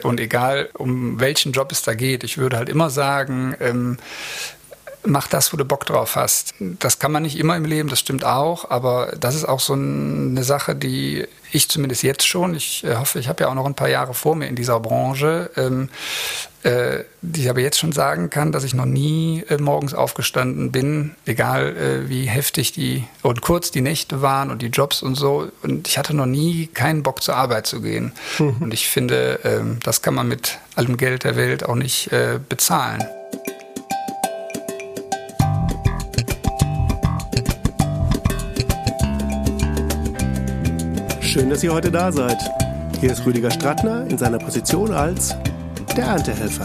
Und egal, um welchen Job es da geht, ich würde halt immer sagen, mach das, wo du Bock drauf hast. Das kann man nicht immer im Leben, das stimmt auch, aber das ist auch so eine Sache, die ich zumindest jetzt schon, ich hoffe, ich habe ja auch noch ein paar Jahre vor mir in dieser Branche, die ich aber jetzt schon sagen kann, dass ich noch nie morgens aufgestanden bin, egal wie heftig und kurz die Nächte waren und die Jobs und so. Und ich hatte noch nie keinen Bock zur Arbeit zu gehen. Und ich finde, das kann man mit allem Geld der Welt auch nicht bezahlen. Schön, dass ihr heute da seid. Hier ist Rüdiger Strattner in seiner Position als der Erntehelfer.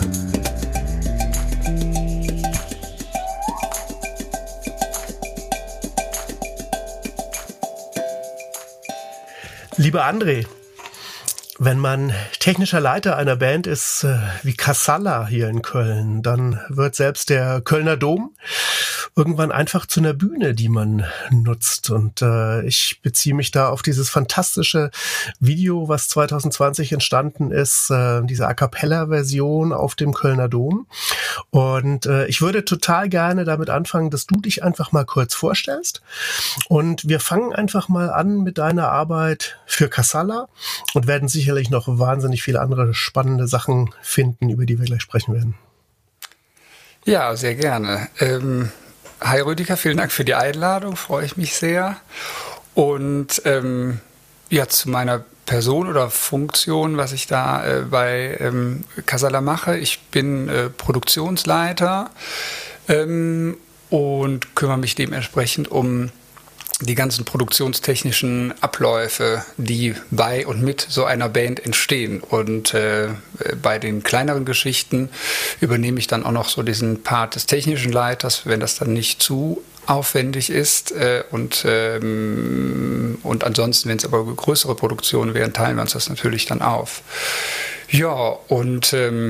Lieber André, wenn man technischer Leiter einer Band ist wie Casalla hier in Köln, dann wird selbst der Kölner Dom irgendwann einfach zu einer Bühne, die man nutzt. Und ich beziehe mich da auf dieses fantastische Video, was 2020 entstanden ist, diese A-Cappella-Version auf dem Kölner Dom. Und ich würde total gerne damit anfangen, dass du dich einfach mal kurz vorstellst. Und wir fangen einfach mal an mit deiner Arbeit für Casalla und werden sicherlich noch wahnsinnig viele andere spannende Sachen finden, über die wir gleich sprechen werden. Ja, sehr gerne. Hi Rüdiger, vielen Dank für die Einladung, freue ich mich sehr. Und ja, zu meiner Person oder Funktion, was ich da bei Casalla mache. Ich bin Produktionsleiter und kümmere mich dementsprechend um die ganzen produktionstechnischen Abläufe, die bei und mit so einer Band entstehen. Und bei den kleineren Geschichten übernehme ich dann auch noch so diesen Part des technischen Leiters, wenn das dann nicht zu aufwendig ist. Und ansonsten, wenn es aber größere Produktionen wären, teilen wir uns das natürlich dann auf. Ja, und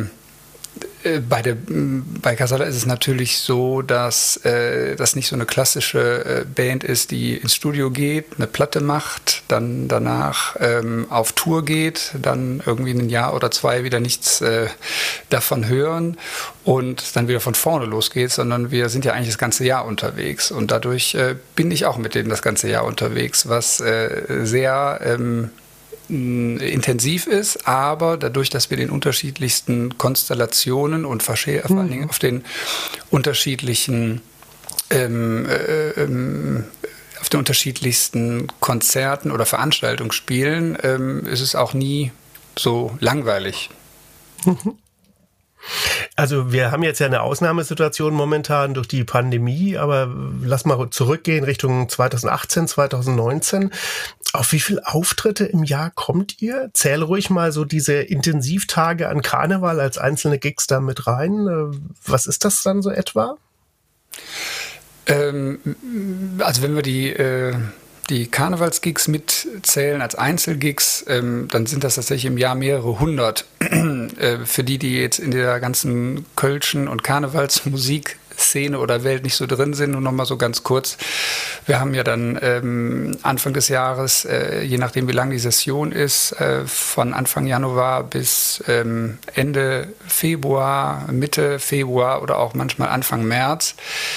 bei Casalla ist es natürlich so, dass das nicht so eine klassische Band ist, die ins Studio geht, eine Platte macht, dann danach auf Tour geht, dann irgendwie ein Jahr oder zwei wieder nichts davon hören und dann wieder von vorne losgeht, sondern wir sind ja eigentlich das ganze Jahr unterwegs und dadurch bin ich auch mit denen das ganze Jahr unterwegs, was sehr intensiv ist, aber dadurch, dass wir den unterschiedlichsten Konstellationen und vor allen Dingen auf den unterschiedlichsten Konzerten oder Veranstaltungen spielen, ist es auch nie so langweilig. Also wir haben jetzt ja eine Ausnahmesituation momentan durch die Pandemie, aber lass mal zurückgehen Richtung 2018, 2019. Auf wie viele Auftritte im Jahr kommt ihr? Zähl ruhig mal so diese Intensivtage an Karneval als einzelne Gigs da mit rein. Was ist das dann so etwa? Also wenn wir die Karnevalsgigs mitzählen als Einzelgigs, dann sind das tatsächlich im Jahr mehrere hundert. Für die jetzt in der ganzen Kölschen und Karnevalsmusikszene oder Welt nicht so drin sind, nur noch mal so ganz kurz. Wir haben ja dann Anfang des Jahres, je nachdem wie lang die Session ist, von Anfang Januar bis Ende Februar, Mitte Februar oder auch manchmal Anfang März,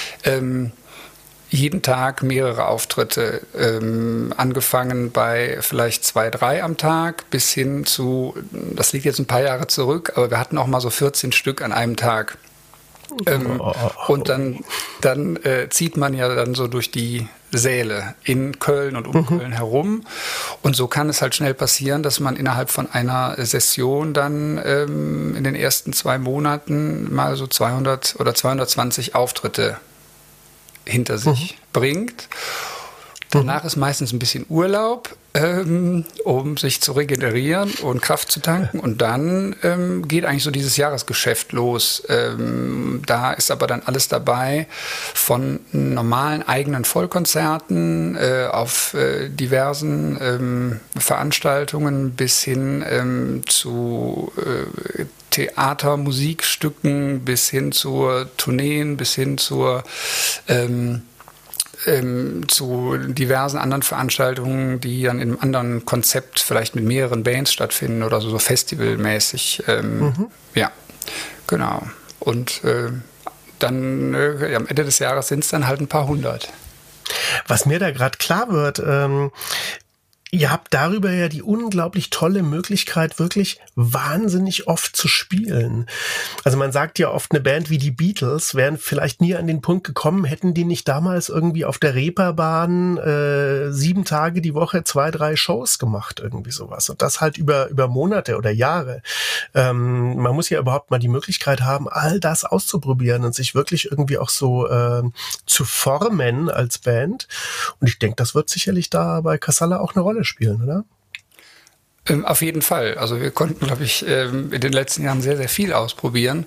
jeden Tag mehrere Auftritte, angefangen bei vielleicht 2, 3 am Tag bis hin zu, das liegt jetzt ein paar Jahre zurück, aber wir hatten auch mal so 14 Stück an einem Tag. Und dann zieht man ja dann so durch die Säle in Köln und um Köln herum. Und so kann es halt schnell passieren, dass man innerhalb von einer Session dann in den ersten 2 Monaten mal so 200 oder 220 Auftritte hinter sich bringt. Danach ist meistens ein bisschen Urlaub, um sich zu regenerieren und Kraft zu tanken. Und dann geht eigentlich so dieses Jahresgeschäft los. Da ist aber dann alles dabei, von normalen eigenen Vollkonzerten auf diversen Veranstaltungen bis hin zu Theater, Musikstücken, bis hin zur Tourneen, bis hin zur zu diversen anderen Veranstaltungen, die dann in einem anderen Konzept vielleicht mit mehreren Bands stattfinden oder so festivalmäßig. Ja, genau. Und dann am Ende des Jahres sind es dann halt ein paar hundert. Was mir da gerade klar wird, ihr habt darüber ja die unglaublich tolle Möglichkeit, wirklich wahnsinnig oft zu spielen. Also man sagt ja oft, eine Band wie die Beatles wären vielleicht nie an den Punkt gekommen, hätten die nicht damals irgendwie auf der Reeperbahn 7 Tage die Woche 2, 3 Shows gemacht, irgendwie sowas. Und das halt über Monate oder Jahre. Man muss ja überhaupt mal die Möglichkeit haben, all das auszuprobieren und sich wirklich irgendwie auch so zu formen als Band. Und ich denke, das wird sicherlich da bei Casalla auch eine Rolle spielen, oder? Auf jeden Fall. Also wir konnten, glaube ich, in den letzten Jahren sehr, sehr viel ausprobieren.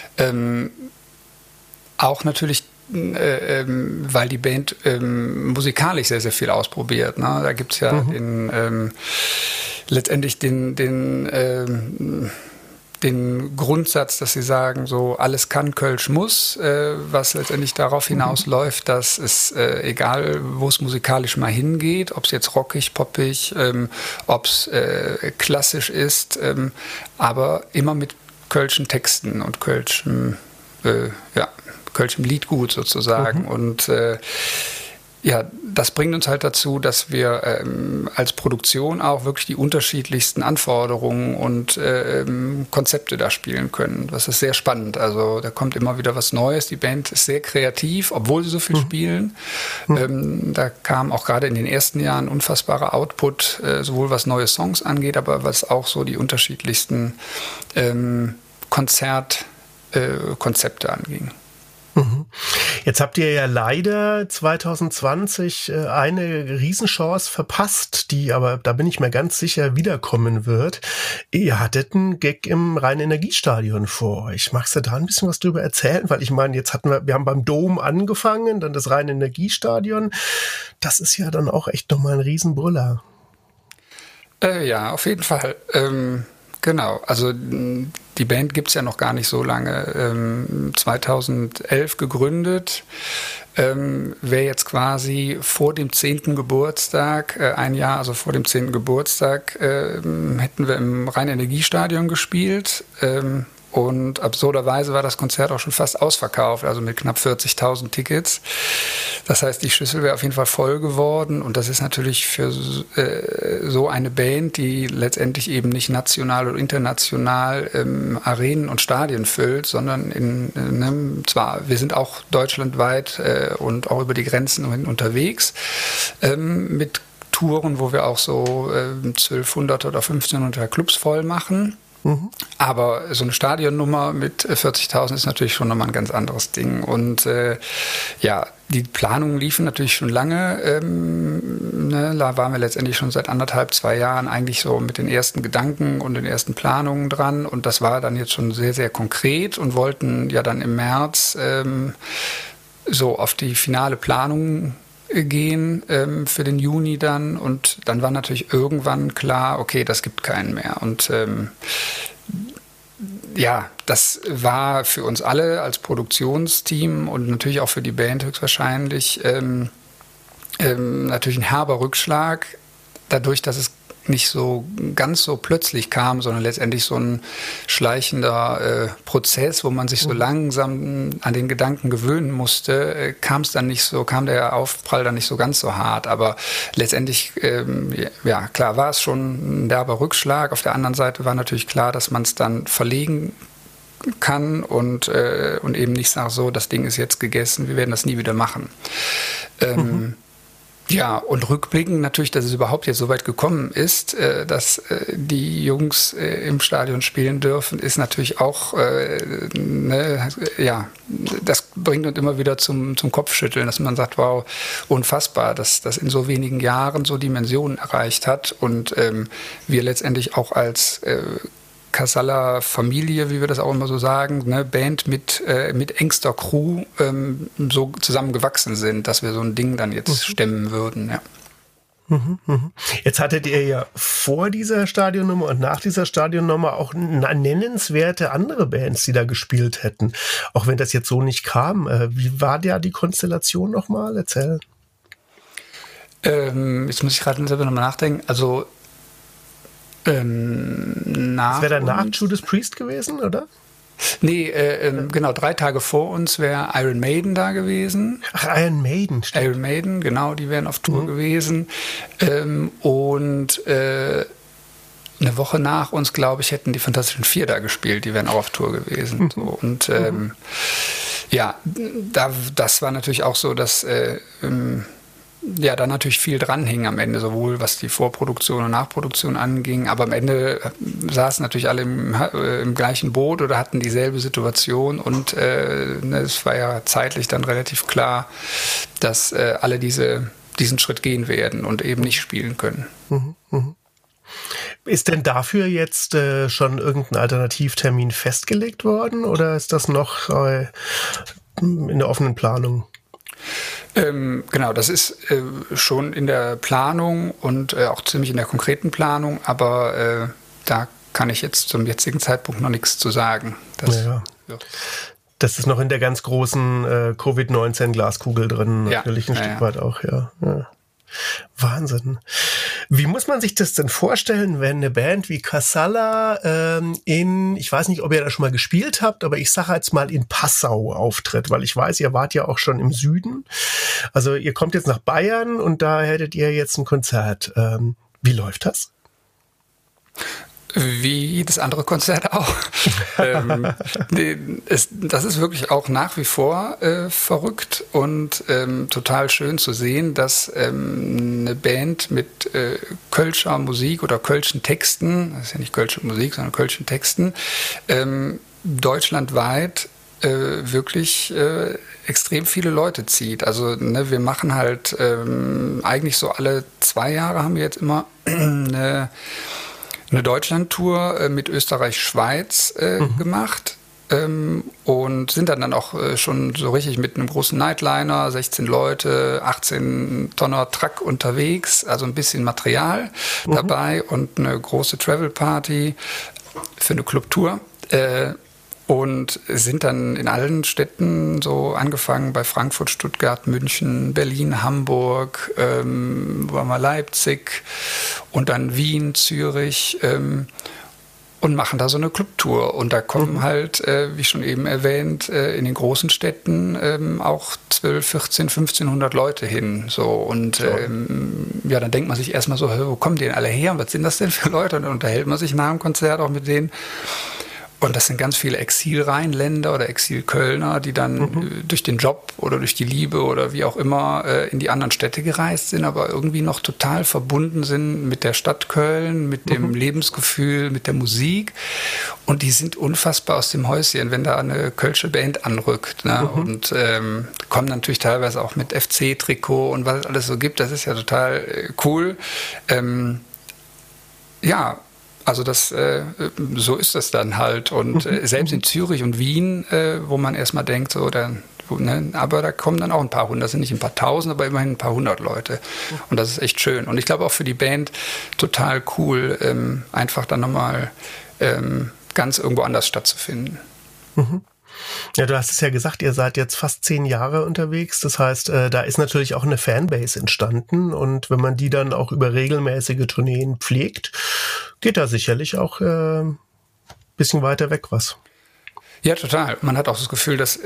Auch natürlich, weil die Band musikalisch sehr, sehr viel ausprobiert. Ne? Da gibt es ja letztendlich den Grundsatz, dass sie sagen, so alles kann, Kölsch muss, was letztendlich darauf hinausläuft, dass es egal, wo es musikalisch mal hingeht, ob es jetzt rockig, poppig, ob es klassisch ist, aber immer mit Kölschen Texten und Kölschem Liedgut sozusagen. Und ja, das bringt uns halt dazu, dass wir als Produktion auch wirklich die unterschiedlichsten Anforderungen und Konzepte da spielen können. Das ist sehr spannend. Also da kommt immer wieder was Neues. Die Band ist sehr kreativ, obwohl sie so viel spielen. Da kam auch gerade in den ersten Jahren unfassbarer Output, sowohl was neue Songs angeht, aber was auch so die unterschiedlichsten Konzepte anging. Jetzt habt ihr ja leider 2020 eine Riesenchance verpasst, die aber, da bin ich mir ganz sicher, wiederkommen wird. Ihr hattet einen Gig im Rhein-Energiestadion vor euch. Magst du da ein bisschen was drüber erzählen? Weil ich meine, jetzt wir haben beim Dom angefangen, dann das Rhein-Energiestadion. Das ist ja dann auch echt nochmal ein Riesenbrüller. Ja, auf jeden Fall. Genau, also die Band gibt es ja noch gar nicht so lange. 2011 gegründet. Wäre jetzt quasi vor dem 10. Geburtstag, ein Jahr, also vor dem 10. Geburtstag, hätten wir im Rhein-Energiestadion gespielt. Und absurderweise war das Konzert auch schon fast ausverkauft, also mit knapp 40.000 Tickets. Das heißt, die Schüssel wäre auf jeden Fall voll geworden. Und das ist natürlich für so eine Band, die letztendlich eben nicht national oder international Arenen und Stadien füllt, sondern zwar, wir sind auch deutschlandweit und auch über die Grenzen hin unterwegs mit Touren, wo wir auch so 1200 oder 1500 Clubs voll machen. Aber so eine Stadionnummer mit 40.000 ist natürlich schon nochmal ein ganz anderes Ding. Und ja, die Planungen liefen natürlich schon lange. Da waren wir letztendlich schon seit 1,5, 2 Jahren eigentlich so mit den ersten Gedanken und den ersten Planungen dran. Und das war dann jetzt schon sehr, sehr konkret und wollten ja dann im März so auf die finale Planung gehen für den Juni dann, und dann war natürlich irgendwann klar, okay, das gibt keinen mehr. Und ja, das war für uns alle als Produktionsteam und natürlich auch für die Band höchstwahrscheinlich natürlich ein herber Rückschlag, dadurch, dass es nicht so ganz so plötzlich kam, sondern letztendlich so ein schleichender Prozess, wo man sich so langsam an den Gedanken gewöhnen musste, kam der Aufprall dann nicht so ganz so hart. Aber letztendlich, ja, klar, war es schon ein derber Rückschlag. Auf der anderen Seite war natürlich klar, dass man es dann verlegen kann und eben nicht sagt, so, das Ding ist jetzt gegessen, wir werden das nie wieder machen. Ja, und rückblickend natürlich, dass es überhaupt jetzt so weit gekommen ist, dass die Jungs im Stadion spielen dürfen, ist natürlich auch, ja, das bringt uns immer wieder zum Kopfschütteln, dass man sagt, wow, unfassbar, dass das in so wenigen Jahren so Dimensionen erreicht hat und wir letztendlich auch als Casalla Familie, wie wir das auch immer so sagen, ne, Band mit engster Crew so zusammengewachsen sind, dass wir so ein Ding dann jetzt stemmen würden, ja. Jetzt hattet ihr ja vor dieser Stadionnummer und nach dieser Stadionnummer auch nennenswerte andere Bands, die da gespielt hätten. Auch wenn das jetzt so nicht kam. Wie war die Konstellation nochmal? Erzähl. Jetzt muss ich gerade selber nochmal nachdenken. Also Das wäre dann nach Judas Priest gewesen, oder? Nee, genau, 3 Tage vor uns wäre Iron Maiden da gewesen. Ach, Iron Maiden, stimmt. Iron Maiden, genau, die wären auf Tour gewesen. Und eine Woche nach uns, glaube ich, hätten die Fantastischen Vier da gespielt. Die wären auch auf Tour gewesen. So. Und ja, das war natürlich auch so, dass da natürlich viel dran hing am Ende, sowohl was die Vorproduktion und Nachproduktion anging, aber am Ende saßen natürlich alle im gleichen Boot oder hatten dieselbe Situation und es war ja zeitlich dann relativ klar, dass alle diesen Schritt gehen werden und eben nicht spielen können. Ist denn dafür jetzt schon irgendein Alternativtermin festgelegt worden oder ist das noch in der offenen Planung? Genau, das ist schon in der Planung und auch ziemlich in der konkreten Planung, aber da kann ich jetzt zum jetzigen Zeitpunkt noch nichts zu sagen. Das ist noch in der ganz großen Covid-19-Glaskugel drin, natürlich ein Stück weit auch, ja. Wahnsinn. Wie muss man sich das denn vorstellen, wenn eine Band wie Casalla ich weiß nicht, ob ihr da schon mal gespielt habt, aber ich sage jetzt mal in Passau auftritt, weil ich weiß, ihr wart ja auch schon im Süden. Also ihr kommt jetzt nach Bayern und da hättet ihr jetzt ein Konzert. Wie läuft das? Wie jedes andere Konzert auch. Das ist wirklich auch nach wie vor verrückt und total schön zu sehen, dass eine Band mit Kölscher Musik oder Kölschen Texten, das ist ja nicht Kölsche Musik, sondern Kölschen Texten, deutschlandweit wirklich extrem viele Leute zieht. Also wir machen halt eigentlich so alle 2 Jahre haben wir jetzt immer eine Deutschlandtour mit Österreich-Schweiz gemacht und sind dann auch schon so richtig mit einem großen Nightliner, 16 Leute, 18 Tonner Truck unterwegs, also ein bisschen Material dabei und eine große Travel-Party für eine Clubtour. Und sind dann in allen Städten so angefangen bei Frankfurt, Stuttgart, München, Berlin, Hamburg, waren wir Leipzig und dann Wien, Zürich und machen da so eine Clubtour. Und da kommen halt, wie schon eben erwähnt, in den großen Städten auch 12, 14, 1500 Leute hin. So. Und dann denkt man sich erstmal so, wo kommen die denn alle her? Und was sind das denn für Leute? Und dann unterhält man sich nach dem Konzert auch mit denen. Und das sind ganz viele Exil-Rheinländer oder Exil-Kölner, die dann durch den Job oder durch die Liebe oder wie auch immer in die anderen Städte gereist sind, aber irgendwie noch total verbunden sind mit der Stadt Köln, mit dem Lebensgefühl, mit der Musik. Und die sind unfassbar aus dem Häuschen, wenn da eine kölsche Band anrückt. Ne? Und kommen natürlich teilweise auch mit FC-Trikot und was es alles so gibt. Das ist ja total cool. Also so ist das dann halt. Und selbst in Zürich und Wien, wo man erstmal denkt, so, aber da kommen dann auch ein paar hundert, das sind nicht ein paar tausend, aber immerhin ein paar hundert Leute. Und das ist echt schön. Und ich glaube auch für die Band total cool, einfach dann nochmal ganz irgendwo anders stattzufinden. Ja, du hast es ja gesagt, ihr seid jetzt fast 10 Jahre unterwegs. Das heißt, da ist natürlich auch eine Fanbase entstanden. Und wenn man die dann auch über regelmäßige Tourneen pflegt, geht da sicherlich auch ein bisschen weiter weg was. Ja, total. Man hat auch das Gefühl, dass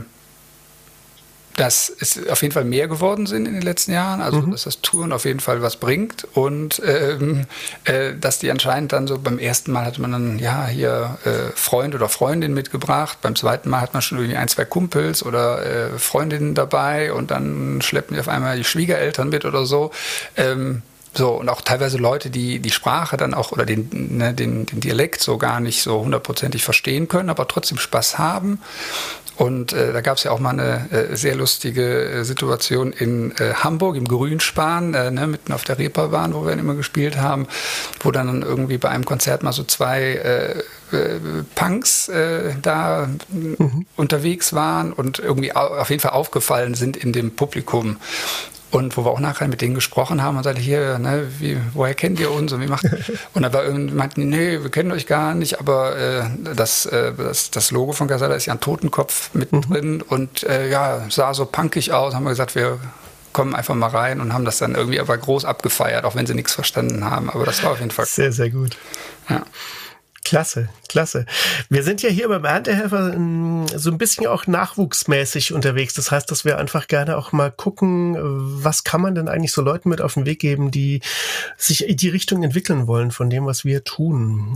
es auf jeden Fall mehr geworden sind in den letzten Jahren, also dass das Touren auf jeden Fall was bringt und dass die anscheinend dann so beim ersten Mal hat man dann hier Freund oder Freundin mitgebracht, beim zweiten Mal hat man schon irgendwie 1, 2 Kumpels oder Freundinnen dabei und dann schleppen die auf einmal die Schwiegereltern mit oder so. Und auch teilweise Leute, die die Sprache dann auch oder den Dialekt so gar nicht so 100%ig verstehen können, aber trotzdem Spaß haben. Und da gab es ja auch mal eine sehr lustige Situation in Hamburg im Grünspan, mitten auf der Reeperbahn, wo wir immer gespielt haben, wo dann irgendwie bei einem Konzert mal so 2 Punks da unterwegs waren und irgendwie auf jeden Fall aufgefallen sind in dem Publikum. Und wo wir auch nachher mit denen gesprochen haben und sagten, hier, woher kennt ihr uns? Und und da war irgendwie, meinten, nee, wir kennen euch gar nicht, aber das Logo von Casalla ist ja ein Totenkopf mittendrin und sah so punkig aus. Haben wir gesagt, wir kommen einfach mal rein und haben das dann irgendwie aber groß abgefeiert, auch wenn sie nichts verstanden haben. Aber das war auf jeden Fall sehr, sehr gut. Ja. Klasse, klasse. Wir sind ja hier beim Erntehelfer so ein bisschen auch nachwuchsmäßig unterwegs. Das heißt, dass wir einfach gerne auch mal gucken, was kann man denn eigentlich so Leuten mit auf den Weg geben, die sich in die Richtung entwickeln wollen von dem, was wir tun.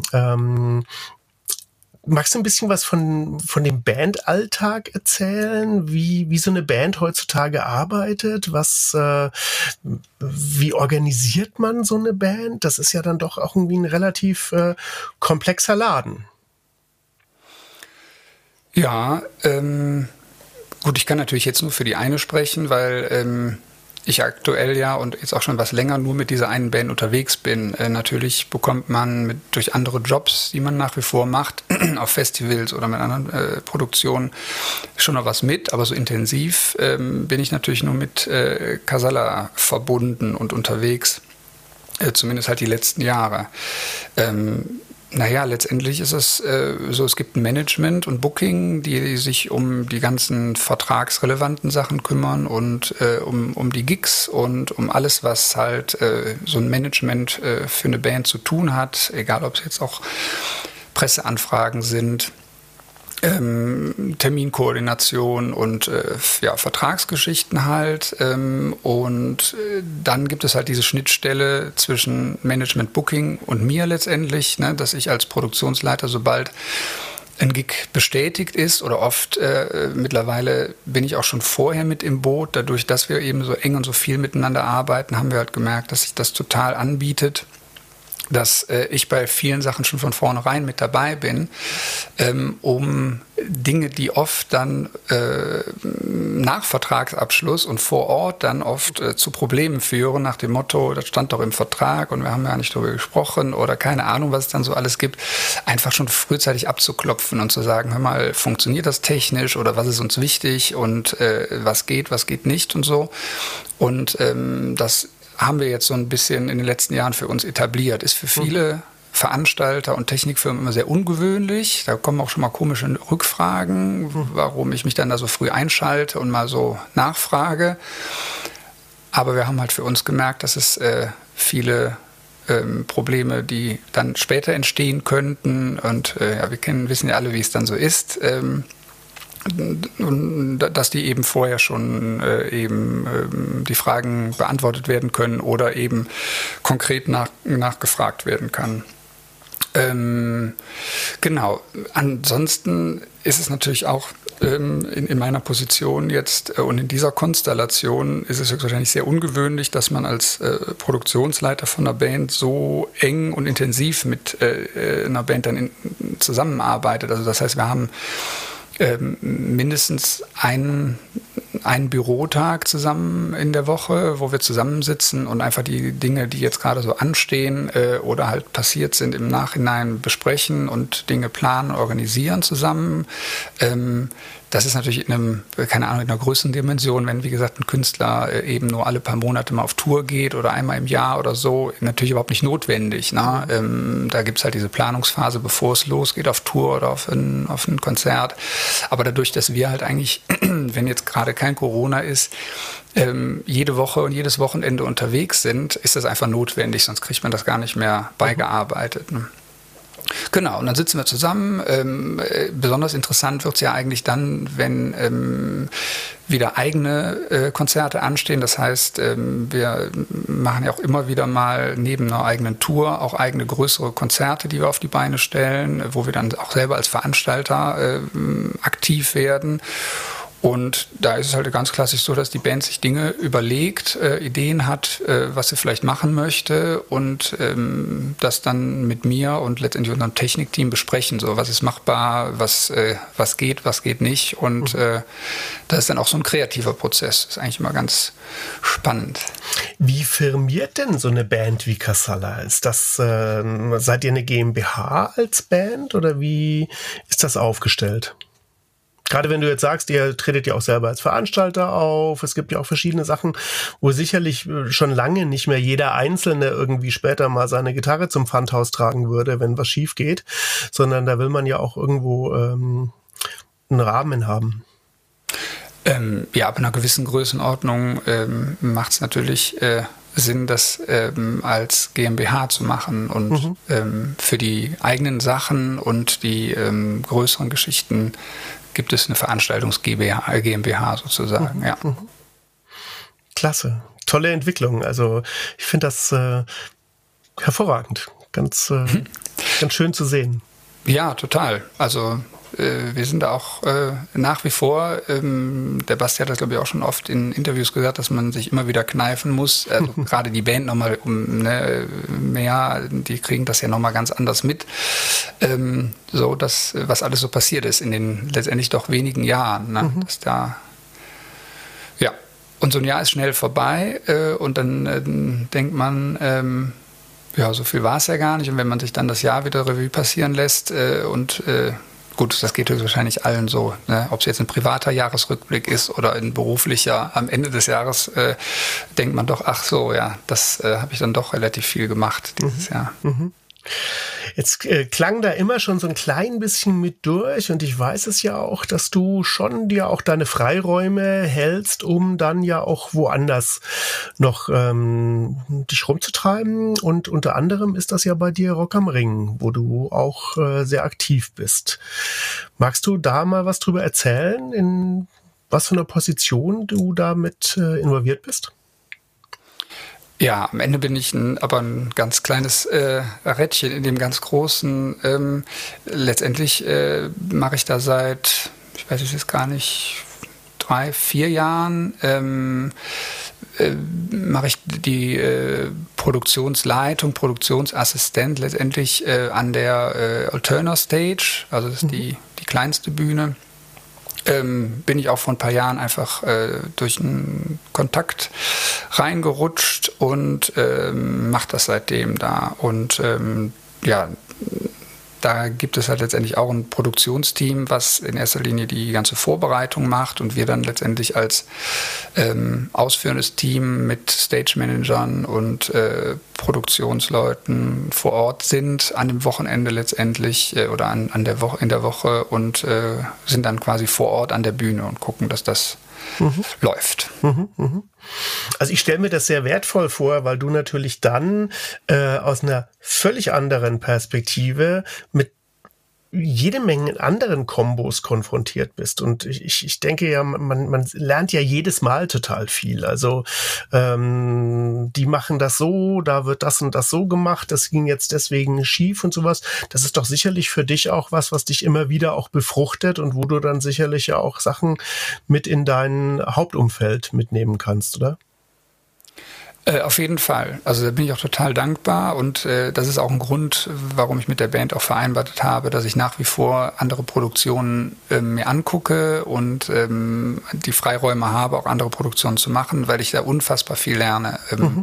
Magst du ein bisschen was von dem Bandalltag erzählen? Wie so eine Band heutzutage arbeitet? Wie organisiert man so eine Band? Das ist ja dann doch auch irgendwie ein relativ komplexer Laden. Ja, gut, ich kann natürlich jetzt nur für die eine sprechen, weil ich aktuell ja und jetzt auch schon was länger nur mit dieser einen Band unterwegs bin. Natürlich bekommt man durch andere Jobs, die man nach wie vor macht, auf Festivals oder mit anderen Produktionen schon noch was mit, aber so intensiv bin ich natürlich nur mit Casalla verbunden und unterwegs, zumindest halt die letzten Jahre. Naja, letztendlich ist es so, es gibt ein Management und Booking, die sich um die ganzen vertragsrelevanten Sachen kümmern und um die Gigs und um alles, was halt so ein Management für eine Band zu tun hat, egal ob es jetzt auch Presseanfragen sind, Terminkoordination und Vertragsgeschichten halt. Und dann gibt es halt diese Schnittstelle zwischen Management, Booking und mir letztendlich, ne, dass ich als Produktionsleiter, sobald ein Gig bestätigt ist oder oft mittlerweile bin ich auch schon vorher mit im Boot, dadurch, dass wir eben so eng und so viel miteinander arbeiten, haben wir halt gemerkt, dass sich das total anbietet, dass ich bei vielen Sachen schon von vornherein mit dabei bin, um Dinge, die oft dann nach Vertragsabschluss und vor Ort dann oft zu Problemen führen, nach dem Motto, das stand doch im Vertrag und wir haben ja nicht darüber gesprochen oder keine Ahnung, was es dann so alles gibt, einfach schon frühzeitig abzuklopfen und zu sagen, hör mal, funktioniert das technisch oder was ist uns wichtig und was geht nicht und so. Und das haben wir jetzt so ein bisschen in den letzten Jahren für uns etabliert. Ist für viele Veranstalter und Technikfirmen immer sehr ungewöhnlich. Da kommen auch schon mal komische Rückfragen, warum ich mich dann da so früh einschalte und mal so nachfrage. Aber wir haben halt für uns gemerkt, dass es viele Probleme, die dann später entstehen könnten. Und wissen ja alle, wie es dann so ist. Und dass die eben vorher schon die Fragen beantwortet werden können oder eben konkret nachgefragt werden kann. Genau. Ansonsten ist es natürlich auch in meiner Position jetzt und in dieser Konstellation ist es wahrscheinlich sehr ungewöhnlich, dass man als Produktionsleiter von einer Band so eng und intensiv mit einer Band dann zusammenarbeitet. Also das heißt, wir haben mindestens einen Bürotag zusammen in der Woche, wo wir zusammensitzen und einfach die Dinge, die jetzt gerade so anstehen oder halt passiert sind, im Nachhinein besprechen und Dinge planen, organisieren zusammen. Das ist natürlich in einer Größendimension, wenn, wie gesagt, ein Künstler eben nur alle paar Monate mal auf Tour geht oder einmal im Jahr oder so, natürlich überhaupt nicht notwendig. Ne? Da gibt es halt diese Planungsphase, bevor es losgeht auf Tour oder auf ein Konzert. Aber dadurch, dass wir halt eigentlich, wenn jetzt gerade kein Corona ist, jede Woche und jedes Wochenende unterwegs sind, ist das einfach notwendig, sonst kriegt man das gar nicht mehr beigearbeitet. Ne? Genau, und dann sitzen wir zusammen. Besonders interessant wird es ja eigentlich dann, wenn wieder eigene Konzerte anstehen. Das heißt, wir machen ja auch immer wieder mal neben einer eigenen Tour auch eigene größere Konzerte, die wir auf die Beine stellen, wo wir dann auch selber als Veranstalter aktiv werden. Und da ist es halt ganz klassisch so, dass die Band sich Dinge überlegt, Ideen hat, was sie vielleicht machen möchte und das dann mit mir und letztendlich unserem Technikteam besprechen. So, was ist machbar, was geht nicht. Und das ist dann auch so ein kreativer Prozess. Das ist eigentlich immer ganz spannend. Wie firmiert denn so eine Band wie Casalla? Ist das, seid ihr eine GmbH als Band oder wie ist das aufgestellt? Gerade wenn du jetzt sagst, ihr tretet ja auch selber als Veranstalter auf, es gibt ja auch verschiedene Sachen, wo sicherlich schon lange nicht mehr jeder Einzelne irgendwie später mal seine Gitarre zum Pfandhaus tragen würde, wenn was schief geht, sondern da will man ja auch irgendwo einen Rahmen haben. Ja, ab einer gewissen Größenordnung macht es natürlich Sinn, das als GmbH zu machen und für die eigenen Sachen und die größeren Geschichten gibt es eine Veranstaltungs-GmbH sozusagen. Ja. Klasse, tolle Entwicklung. Also ich finde das hervorragend, ganz schön zu sehen. Ja, total. Also wir sind da auch nach wie vor, der Basti hat das glaube ich auch schon oft in Interviews gesagt, dass man sich immer wieder kneifen muss. Also gerade die Band nochmal mehr, die kriegen das ja nochmal ganz anders mit. So, das, was alles so passiert ist in den letztendlich doch wenigen Jahren. Ne? Dass da, ja, und so ein Jahr ist schnell vorbei und dann denkt man, ja, so viel war es ja gar nicht. Und wenn man sich dann das Jahr wieder Revue passieren lässt gut, das geht wahrscheinlich allen so, ne? Ob es jetzt ein privater Jahresrückblick ist oder ein beruflicher, am Ende des Jahres denkt man doch, ach so, ja, das habe ich dann doch relativ viel gemacht dieses Jahr. Jetzt klang da immer schon so ein klein bisschen mit durch und ich weiß es ja auch, dass du schon dir auch deine Freiräume hältst, um dann ja auch woanders noch dich rumzutreiben und unter anderem ist das ja bei dir Rock am Ring, wo du auch sehr aktiv bist. Magst du da mal was drüber erzählen, in was für einer Position du damit involviert bist? Ja, am Ende bin ich aber ein ganz kleines Rädchen in dem ganz großen. Letztendlich mache ich da seit, ich weiß es jetzt gar nicht, 3-4 Jahren, mache ich die Produktionsleitung, Produktionsassistent letztendlich an der Alterna Stage, also das ist die kleinste Bühne. Bin ich auch vor ein paar Jahren einfach durch einen Kontakt reingerutscht und mache das seitdem da. Und ja, da gibt es halt letztendlich auch ein Produktionsteam, was in erster Linie die ganze Vorbereitung macht und wir dann letztendlich als ausführendes Team mit Stage-Managern und Produktionsleuten vor Ort sind an dem Wochenende letztendlich oder in der Woche und sind dann quasi vor Ort an der Bühne und gucken, dass das läuft. Also ich stelle mir das sehr wertvoll vor, weil du natürlich dann aus einer völlig anderen Perspektive mit jede Menge anderen Kombos konfrontiert bist. Und ich denke ja, man lernt ja jedes Mal total viel. Also die machen das so, da wird das und das so gemacht, das ging jetzt deswegen schief und sowas. Das ist doch sicherlich für dich auch was dich immer wieder auch befruchtet und wo du dann sicherlich ja auch Sachen mit in dein Hauptumfeld mitnehmen kannst, oder? Auf jeden Fall. Also da bin ich auch total dankbar und das ist auch ein Grund, warum ich mit der Band auch vereinbart habe, dass ich nach wie vor andere Produktionen mir angucke und die Freiräume habe, auch andere Produktionen zu machen, weil ich da unfassbar viel lerne.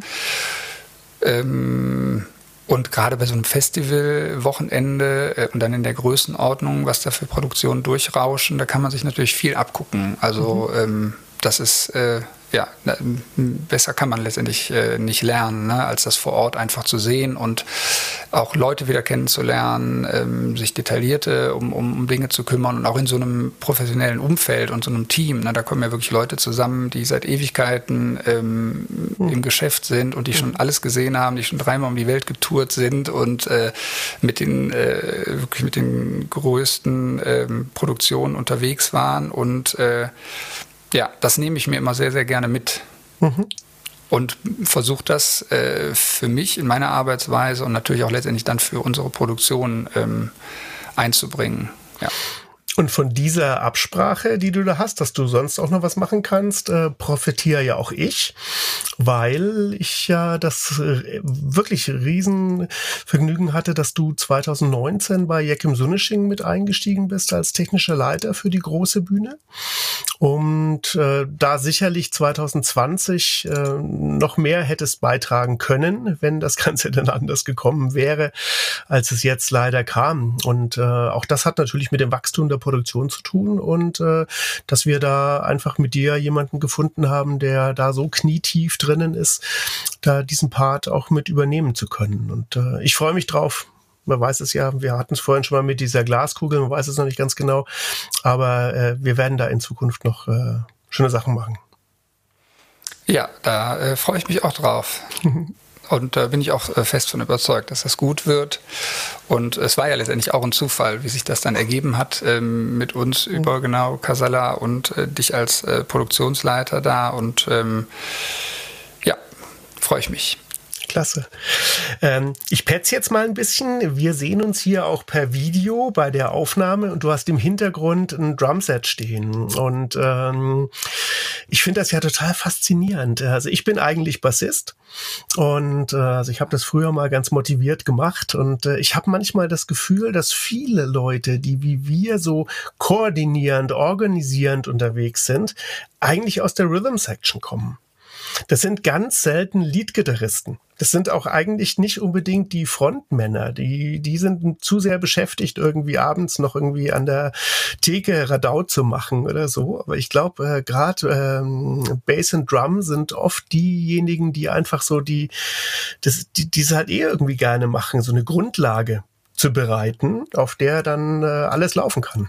Und gerade bei so einem Festival-Wochenende und dann in der Größenordnung, was da für Produktionen durchrauschen, da kann man sich natürlich viel abgucken. Also das ist ja, besser kann man letztendlich nicht lernen, ne, als das vor Ort einfach zu sehen und auch Leute wieder kennenzulernen, sich detaillierte um Dinge zu kümmern und auch in so einem professionellen Umfeld und so einem Team. Ne, da kommen ja wirklich Leute zusammen, die seit Ewigkeiten im Geschäft sind und die schon alles gesehen haben, die schon 3-mal um die Welt getourt sind und wirklich mit den größten Produktionen unterwegs waren und ja, das nehme ich mir immer sehr, sehr gerne mit und versuche das für mich in meiner Arbeitsweise und natürlich auch letztendlich dann für unsere Produktion einzubringen. Ja. Und von dieser Absprache, die du da hast, dass du sonst auch noch was machen kannst, profitiere ja auch ich, weil ich ja das wirklich Riesenvergnügen hatte, dass du 2019 bei Joachim Sunisching mit eingestiegen bist als technischer Leiter für die große Bühne. Und da sicherlich 2020 noch mehr hättest beitragen können, wenn das Ganze dann anders gekommen wäre, als es jetzt leider kam. Und auch das hat natürlich mit dem Wachstum der Produktion zu tun und dass wir da einfach mit dir jemanden gefunden haben, der da so knietief drinnen ist, da diesen Part auch mit übernehmen zu können. Und ich freue mich drauf. Man weiß es ja, wir hatten es vorhin schon mal mit dieser Glaskugel, man weiß es noch nicht ganz genau, aber wir werden da in Zukunft noch schöne Sachen machen. Ja, da freue ich mich auch drauf. Und da bin ich auch fest von überzeugt, dass das gut wird. Und es war ja letztendlich auch ein Zufall, wie sich das dann ergeben hat mit uns über genau Casala und dich als Produktionsleiter da. Und ja, freue ich mich. Klasse. Ich petz jetzt mal ein bisschen. Wir sehen uns hier auch per Video bei der Aufnahme und du hast im Hintergrund ein Drumset stehen. Und ich finde das ja total faszinierend. Also ich bin eigentlich Bassist und also ich habe das früher mal ganz motiviert gemacht und ich habe manchmal das Gefühl, dass viele Leute, die wie wir so koordinierend, organisierend unterwegs sind, eigentlich aus der Rhythm Section kommen. Das sind ganz selten Leadgitarristen. Das sind auch eigentlich nicht unbedingt die Frontmänner. Die sind zu sehr beschäftigt, irgendwie abends noch irgendwie an der Theke Radau zu machen oder so. Aber ich glaube, gerade Bass und Drum sind oft diejenigen, die einfach so die es halt irgendwie gerne machen, so eine Grundlage zu bereiten, auf der dann alles laufen kann.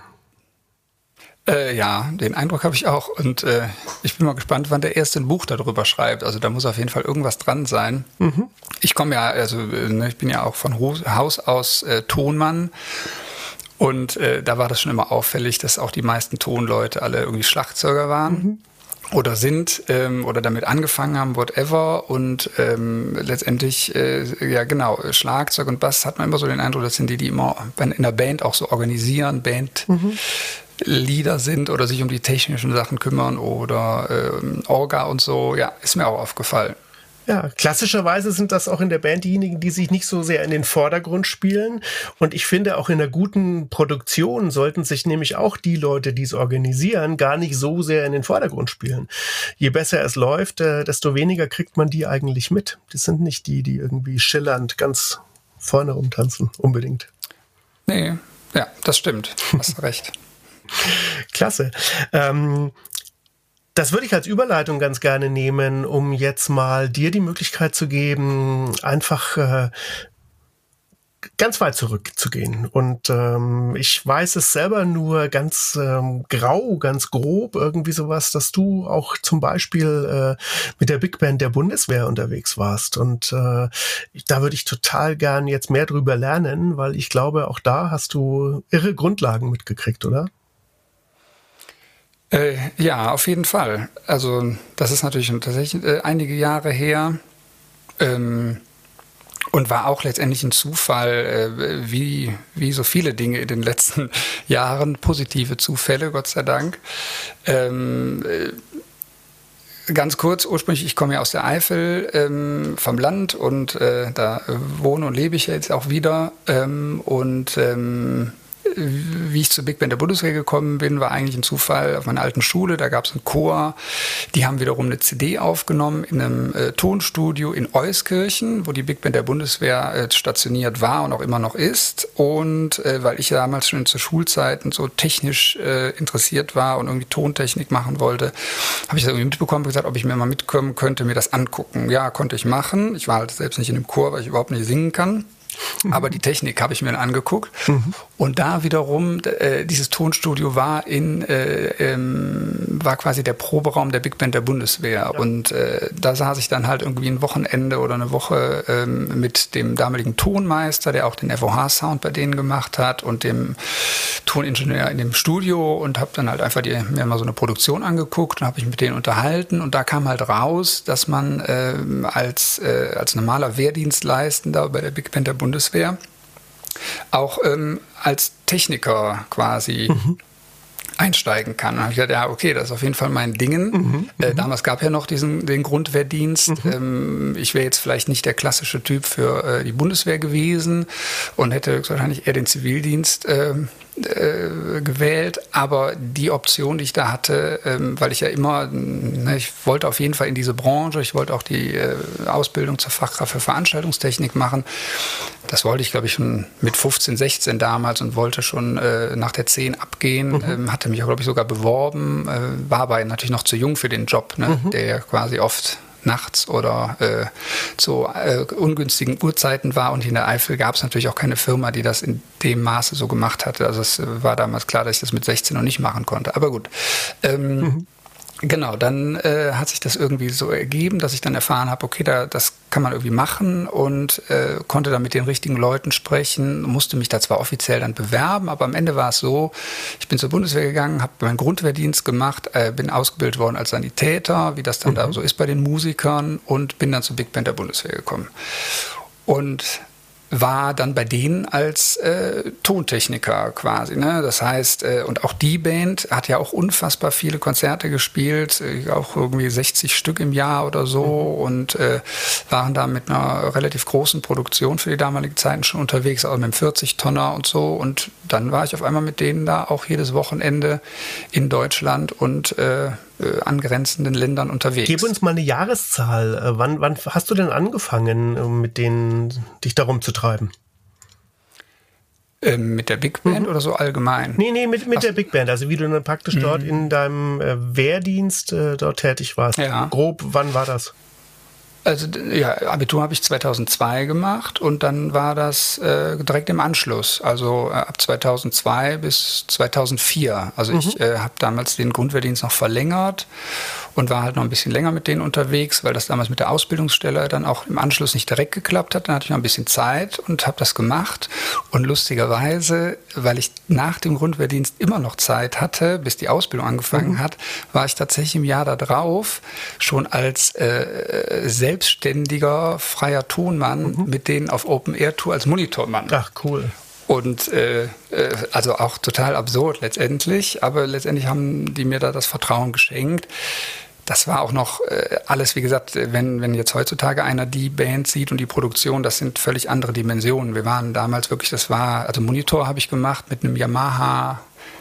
Ja, den Eindruck habe ich auch. Und ich bin mal gespannt, wann der erste ein Buch darüber schreibt. Also da muss auf jeden Fall irgendwas dran sein. Mhm. Ich komme ja, also ich bin ja auch von Haus aus Tonmann. Und da war das schon immer auffällig, dass auch die meisten Tonleute alle irgendwie Schlagzeuger waren. Mhm. Oder sind oder damit angefangen haben, whatever. Und letztendlich, ja genau, Schlagzeug und Bass hat man immer so den Eindruck, das sind die immer in der Band auch so organisieren, Lieder sind oder sich um die technischen Sachen kümmern oder Orga und so. Ja, ist mir auch aufgefallen. Ja, klassischerweise sind das auch in der Band diejenigen, die sich nicht so sehr in den Vordergrund spielen. Und ich finde, auch in einer guten Produktion sollten sich nämlich auch die Leute, die es organisieren, gar nicht so sehr in den Vordergrund spielen. Je besser es läuft, desto weniger kriegt man die eigentlich mit. Das sind nicht die irgendwie schillernd ganz vorne rumtanzen, unbedingt. Nee, ja, das stimmt. Hast recht. Klasse. Das würde ich als Überleitung ganz gerne nehmen, um jetzt mal dir die Möglichkeit zu geben, einfach ganz weit zurückzugehen. Und ich weiß es selber nur ganz grau, ganz grob, irgendwie sowas, dass du auch zum Beispiel mit der Big Band der Bundeswehr unterwegs warst. Und da würde ich total gern jetzt mehr drüber lernen, weil ich glaube, auch da hast du irre Grundlagen mitgekriegt, oder? Ja, auf jeden Fall. Also das ist natürlich tatsächlich einige Jahre her und war auch letztendlich ein Zufall, wie so viele Dinge in den letzten Jahren, positive Zufälle, Gott sei Dank. Ganz kurz, ursprünglich, ich komme ja aus der Eifel vom Land und da wohne und lebe ich jetzt auch wieder wie ich zur Big Band der Bundeswehr gekommen bin, war eigentlich ein Zufall auf meiner alten Schule. Da gab es einen Chor, die haben wiederum eine CD aufgenommen in einem Tonstudio in Euskirchen, wo die Big Band der Bundeswehr stationiert war und auch immer noch ist. Und weil ich damals schon zur Schulzeit so technisch interessiert war und irgendwie Tontechnik machen wollte, habe ich das irgendwie mitbekommen und gesagt, ob ich mir mal mitkommen könnte, mir das angucken. Ja, konnte ich machen. Ich war halt selbst nicht in dem Chor, weil ich überhaupt nicht singen kann. Aber die Technik habe ich mir dann angeguckt. Und da wiederum, dieses Tonstudio war war quasi der Proberaum der Big Band der Bundeswehr. Ja. Und da saß ich dann halt irgendwie ein Wochenende oder eine Woche mit dem damaligen Tonmeister, der auch den FOH-Sound bei denen gemacht hat, und dem Toningenieur in dem Studio, und habe dann halt einfach mir mal so eine Produktion angeguckt und habe mich mit denen unterhalten. Und da kam halt raus, dass man als normaler Wehrdienstleistender bei der Big Band der Bundeswehr auch als Techniker quasi einsteigen kann. Und dann habe ich gedacht, ja, okay, das ist auf jeden Fall mein Ding. Damals gab ja noch den Grundwehrdienst. Ich wäre jetzt vielleicht nicht der klassische Typ für die Bundeswehr gewesen und hätte wahrscheinlich eher den Zivildienst gewählt, aber die Option, die ich da hatte, weil ich ja immer, ich wollte auf jeden Fall in diese Branche, ich wollte auch die Ausbildung zur Fachkraft für Veranstaltungstechnik machen. Das wollte ich, glaube ich, schon mit 15, 16 damals und wollte schon nach der 10 abgehen, hatte mich auch, glaube ich, sogar beworben, war aber natürlich noch zu jung für den Job, der ja quasi oft nachts oder zu ungünstigen Uhrzeiten war, und in der Eifel gab es natürlich auch keine Firma, die das in dem Maße so gemacht hatte. Also es war damals klar, dass ich das mit 16 noch nicht machen konnte. Aber gut. Genau, dann hat sich das irgendwie so ergeben, dass ich dann erfahren habe, okay, das kann man irgendwie machen und konnte dann mit den richtigen Leuten sprechen, musste mich da zwar offiziell dann bewerben, aber am Ende war es so, ich bin zur Bundeswehr gegangen, habe meinen Grundwehrdienst gemacht, bin ausgebildet worden als Sanitäter, wie das dann da so ist bei den Musikern und bin dann zur Big Band der Bundeswehr gekommen. Und war dann bei denen als Tontechniker quasi. Ne? Das heißt, und auch die Band hat ja auch unfassbar viele Konzerte gespielt, auch irgendwie 60 Stück im Jahr oder so und waren da mit einer relativ großen Produktion für die damalige Zeit schon unterwegs, auch mit einem 40-Tonner und so. Und dann war ich auf einmal mit denen da auch jedes Wochenende in Deutschland und angrenzenden Ländern unterwegs. Gib uns mal eine Jahreszahl. Wann hast du denn angefangen, mit denen dich darum zu treiben? Mit der Big Band oder so allgemein? Nee, mit der Big Band. Also wie du dann praktisch dort in deinem Wehrdienst dort tätig warst. Ja. Grob, wann war das? Also ja, Abitur habe ich 2002 gemacht und dann war das direkt im Anschluss, also ab 2002 bis 2004. Also ich habe damals den Grundwehrdienst noch verlängert und war halt noch ein bisschen länger mit denen unterwegs, weil das damals mit der Ausbildungsstelle dann auch im Anschluss nicht direkt geklappt hat. Dann hatte ich noch ein bisschen Zeit und habe das gemacht. Und lustigerweise, weil ich nach dem Grundwehrdienst immer noch Zeit hatte, bis die Ausbildung angefangen hat, war ich tatsächlich im Jahr darauf schon als selbstständiger freier Tonmann mit denen auf Open-Air-Tour als Monitormann. Ach, cool. Und also auch total absurd letztendlich, aber letztendlich haben die mir da das Vertrauen geschenkt. Das war auch noch alles, wie gesagt, wenn jetzt heutzutage einer die Band sieht und die Produktion, das sind völlig andere Dimensionen. Wir waren damals wirklich, also Monitor habe ich gemacht mit einem Yamaha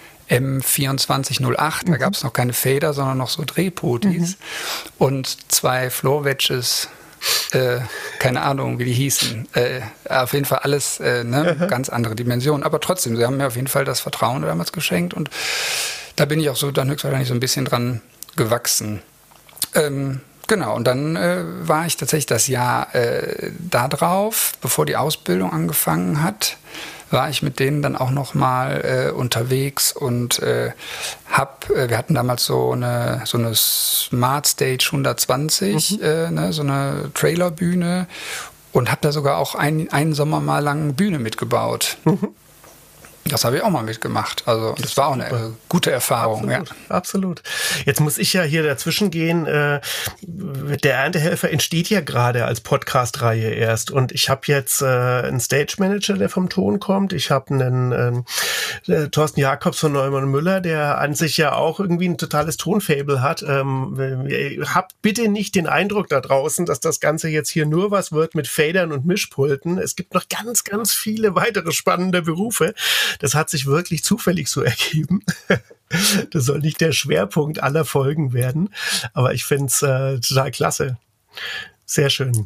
M2408, da gab es noch keine Fader, sondern noch so Drehpotis und 2 Floor-Wedges, keine Ahnung, wie die hießen. Auf jeden Fall alles ganz andere Dimensionen. Aber trotzdem, sie haben mir auf jeden Fall das Vertrauen damals geschenkt und da bin ich auch so dann höchstwahrscheinlich so ein bisschen dran gewachsen. Genau, und dann war ich tatsächlich das Jahr da drauf, bevor die Ausbildung angefangen hat, war ich mit denen dann auch noch mal unterwegs und wir hatten damals so eine Smart Stage 120, so eine Trailerbühne und habe da sogar auch einen Sommer mal lang Bühne mitgebaut. Das habe ich auch mal mitgemacht. Also das war auch eine gute Erfahrung. Absolut, ja. Absolut. Jetzt muss ich ja hier dazwischen gehen. Der Erntehelfer entsteht ja gerade als Podcast-Reihe erst. Und ich habe jetzt einen Stage-Manager, der vom Ton kommt. Ich habe einen Thorsten Jakobs von Neumann Müller, der an sich ja auch irgendwie ein totales Tonfable hat. Habt bitte nicht den Eindruck da draußen, dass das Ganze jetzt hier nur was wird mit Fadern und Mischpulten. Es gibt noch ganz, ganz viele weitere spannende Berufe. Das hat sich wirklich zufällig so ergeben. Das soll nicht der Schwerpunkt aller Folgen werden. Aber ich finde es total klasse. Sehr schön.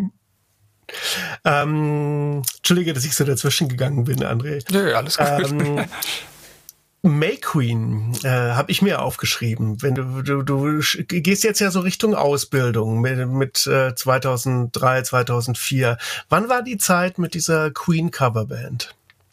Entschuldige, dass ich so dazwischen gegangen bin, André. Nö, alles gut. May Queen habe ich mir aufgeschrieben. Wenn du gehst jetzt ja so Richtung Ausbildung mit 2003, 2004. Wann war die Zeit mit dieser Queen Coverband?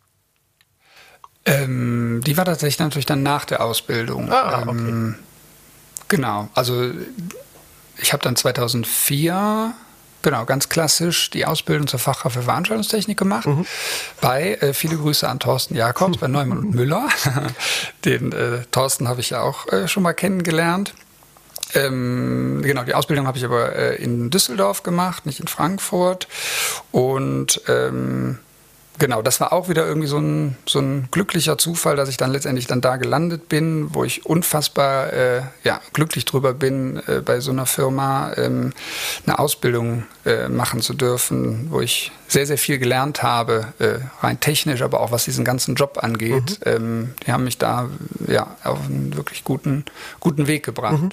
Die war tatsächlich natürlich dann nach der Ausbildung. Okay. Genau, also ich habe dann 2004, ganz klassisch die Ausbildung zur Fachkraft für Veranstaltungstechnik gemacht. Bei, viele Grüße an Thorsten Jakobs, bei Neumann und Müller. Den Thorsten habe ich ja auch schon mal kennengelernt. Die Ausbildung habe ich aber in Düsseldorf gemacht, nicht in Frankfurt. Und das war auch wieder irgendwie so ein glücklicher Zufall, dass ich dann letztendlich dann da gelandet bin, wo ich unfassbar glücklich drüber bin, bei so einer Firma eine Ausbildung machen zu dürfen, wo ich sehr, sehr viel gelernt habe, rein technisch, aber auch was diesen ganzen Job angeht. Die haben mich da auf einen wirklich guten Weg gebracht.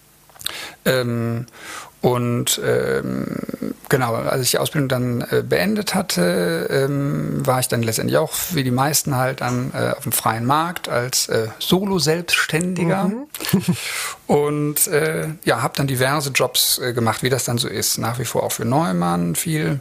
Als ich die Ausbildung dann beendet hatte, war ich dann letztendlich auch wie die meisten halt dann auf dem freien Markt als Solo-Selbstständiger und habe dann diverse Jobs gemacht, wie das dann so ist, nach wie vor auch für Neumann viel.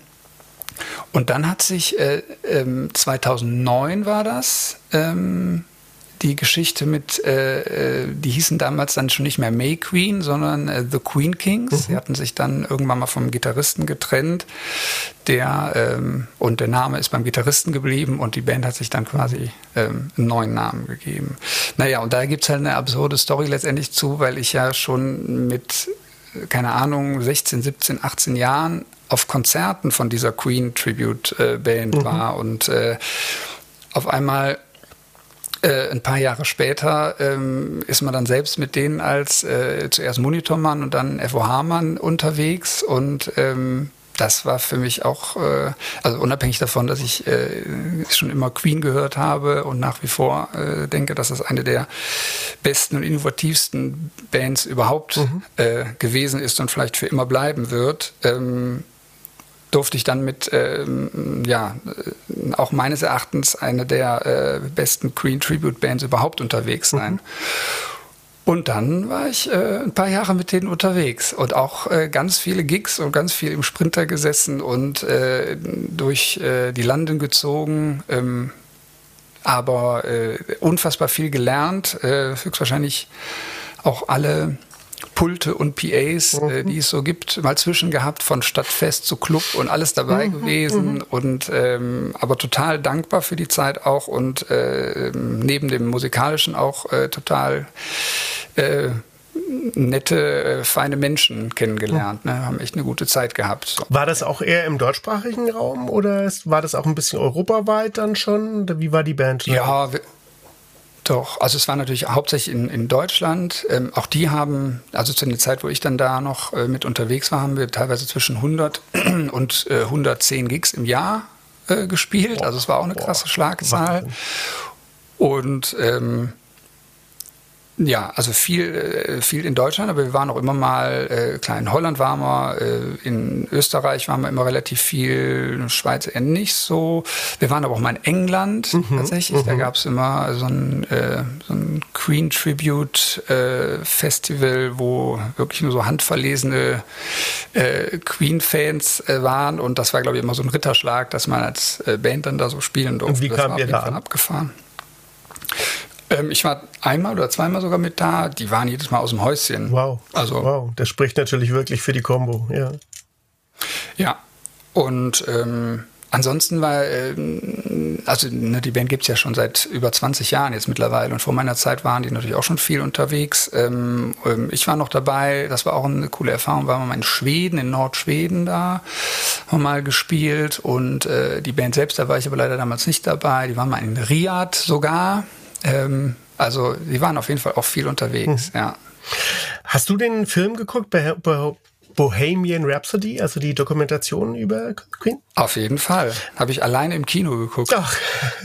Und dann hat sich 2009 war das, die Geschichte mit, die hießen damals dann schon nicht mehr May Queen, sondern The Queen Kings. Sie hatten sich dann irgendwann mal vom Gitarristen getrennt, und der Name ist beim Gitarristen geblieben und die Band hat sich dann quasi einen neuen Namen gegeben. Naja, und da gibt es halt eine absurde Story letztendlich zu, weil ich ja schon mit, keine Ahnung, 16, 17, 18 Jahren auf Konzerten von dieser Queen Tribute Band war und auf einmal ein paar Jahre später ist man dann selbst mit denen als zuerst Monitormann und dann FOH-Mann unterwegs und das war für mich auch, also unabhängig davon, dass ich schon immer Queen gehört habe und nach wie vor denke, dass das eine der besten und innovativsten Bands überhaupt gewesen ist und vielleicht für immer bleiben wird, durfte ich dann mit, auch meines Erachtens eine der besten Queen Tribute Bands überhaupt unterwegs sein. Und dann war ich ein paar Jahre mit denen unterwegs und auch ganz viele Gigs und ganz viel im Sprinter gesessen und durch die Landen gezogen, aber unfassbar viel gelernt, höchstwahrscheinlich auch alle Pulte und PAs, die es so gibt, mal zwischen gehabt, von Stadtfest zu Club und alles dabei gewesen und aber total dankbar für die Zeit auch und neben dem Musikalischen auch total nette, feine Menschen kennengelernt, ne? Haben echt eine gute Zeit gehabt. So. War das auch eher im deutschsprachigen Raum oder war das auch ein bisschen europaweit dann schon? Wie war die Band? Ja, doch, also es war natürlich hauptsächlich in Deutschland. Auch die haben, also zu der Zeit, wo ich dann da noch mit unterwegs war, haben wir teilweise zwischen 100 und 110 Gigs im Jahr gespielt. Also es war auch eine krasse Schlagzahl. Und ja, also viel in Deutschland, aber wir waren auch immer mal, klar, in Holland waren wir, in Österreich waren wir immer relativ viel, in der Schweiz eher nicht so. Wir waren aber auch mal in England tatsächlich, da gab es immer so ein Queen Tribute Festival, wo wirklich nur so handverlesene Queen-Fans waren und das war, glaube ich, immer so ein Ritterschlag, dass man als Band dann da so spielen durfte. Und wie kam ihr da an? Abgefahren. Ich war einmal oder zweimal sogar mit da. Die waren jedes Mal aus dem Häuschen. Wow. Also, wow. Das spricht natürlich wirklich für die Kombo. Ja. Ja. Und ansonsten war, die Band gibt es ja schon seit über 20 Jahren jetzt mittlerweile. Und vor meiner Zeit waren die natürlich auch schon viel unterwegs. Ich war noch dabei. Das war auch eine coole Erfahrung. Waren wir mal in Schweden, in Nordschweden da. Haben wir mal gespielt. Und die Band selbst, da war ich aber leider damals nicht dabei. Die waren mal in Riad sogar. Also die waren auf jeden Fall auch viel unterwegs, ja. Hast du den Film geguckt, Bohemian Rhapsody, also die Dokumentation über Queen? Auf jeden Fall. Habe ich alleine im Kino geguckt. Ach.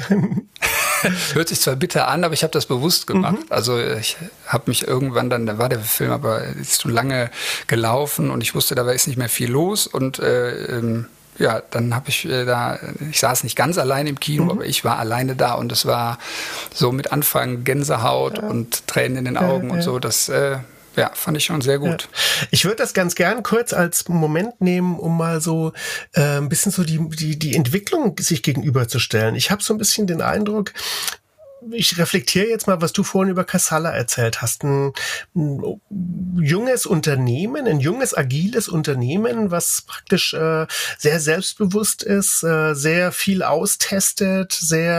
Hört sich zwar bitter an, aber ich habe das bewusst gemacht. Also ich habe mich irgendwann dann, da war der Film aber ist schon lange gelaufen und ich wusste, da ist nicht mehr viel los und ja, dann habe ich ich saß nicht ganz allein im Kino, aber ich war alleine da und es war so mit Anfang Gänsehaut und Tränen in den Augen und so, das fand ich schon sehr gut. Ja. Ich würde das ganz gern kurz als Moment nehmen, um mal so ein bisschen so die Entwicklung sich gegenüberzustellen. Ich habe so ein bisschen den Eindruck, ich reflektiere jetzt mal, was du vorhin über Casalla erzählt hast. Ein junges Unternehmen, ein junges, agiles Unternehmen, was praktisch sehr selbstbewusst ist, sehr viel austestet,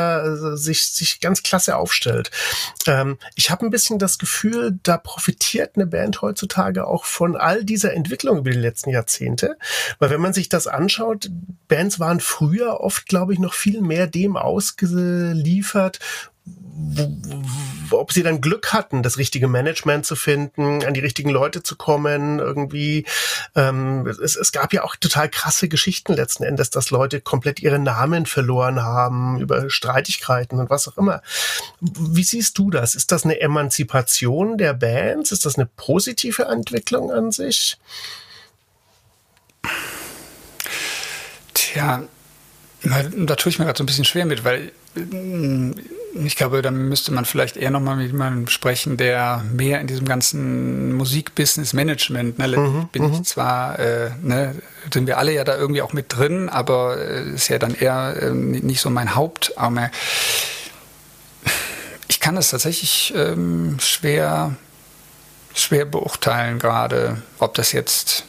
sich ganz klasse aufstellt. Ich habe ein bisschen das Gefühl, da profitiert eine Band heutzutage auch von all dieser Entwicklung über die letzten Jahrzehnte. Weil wenn man sich das anschaut, Bands waren früher oft, glaube ich, noch viel mehr dem ausgeliefert, ob sie dann Glück hatten, das richtige Management zu finden, an die richtigen Leute zu kommen, irgendwie. Es gab ja auch total krasse Geschichten letzten Endes, dass Leute komplett ihre Namen verloren haben über Streitigkeiten und was auch immer. Wie siehst du das? Ist das eine Emanzipation der Bands? Ist das eine positive Entwicklung an sich? Tja, da tue ich mir gerade so ein bisschen schwer mit, weil ich glaube, da müsste man vielleicht eher nochmal mit jemandem sprechen, der mehr in diesem ganzen Musikbusiness-Management, bin ich zwar, sind wir alle ja da irgendwie auch mit drin, aber ist ja dann eher nicht so mein Hauptaugenmerk. Ich kann es tatsächlich schwer beurteilen gerade, ob das jetzt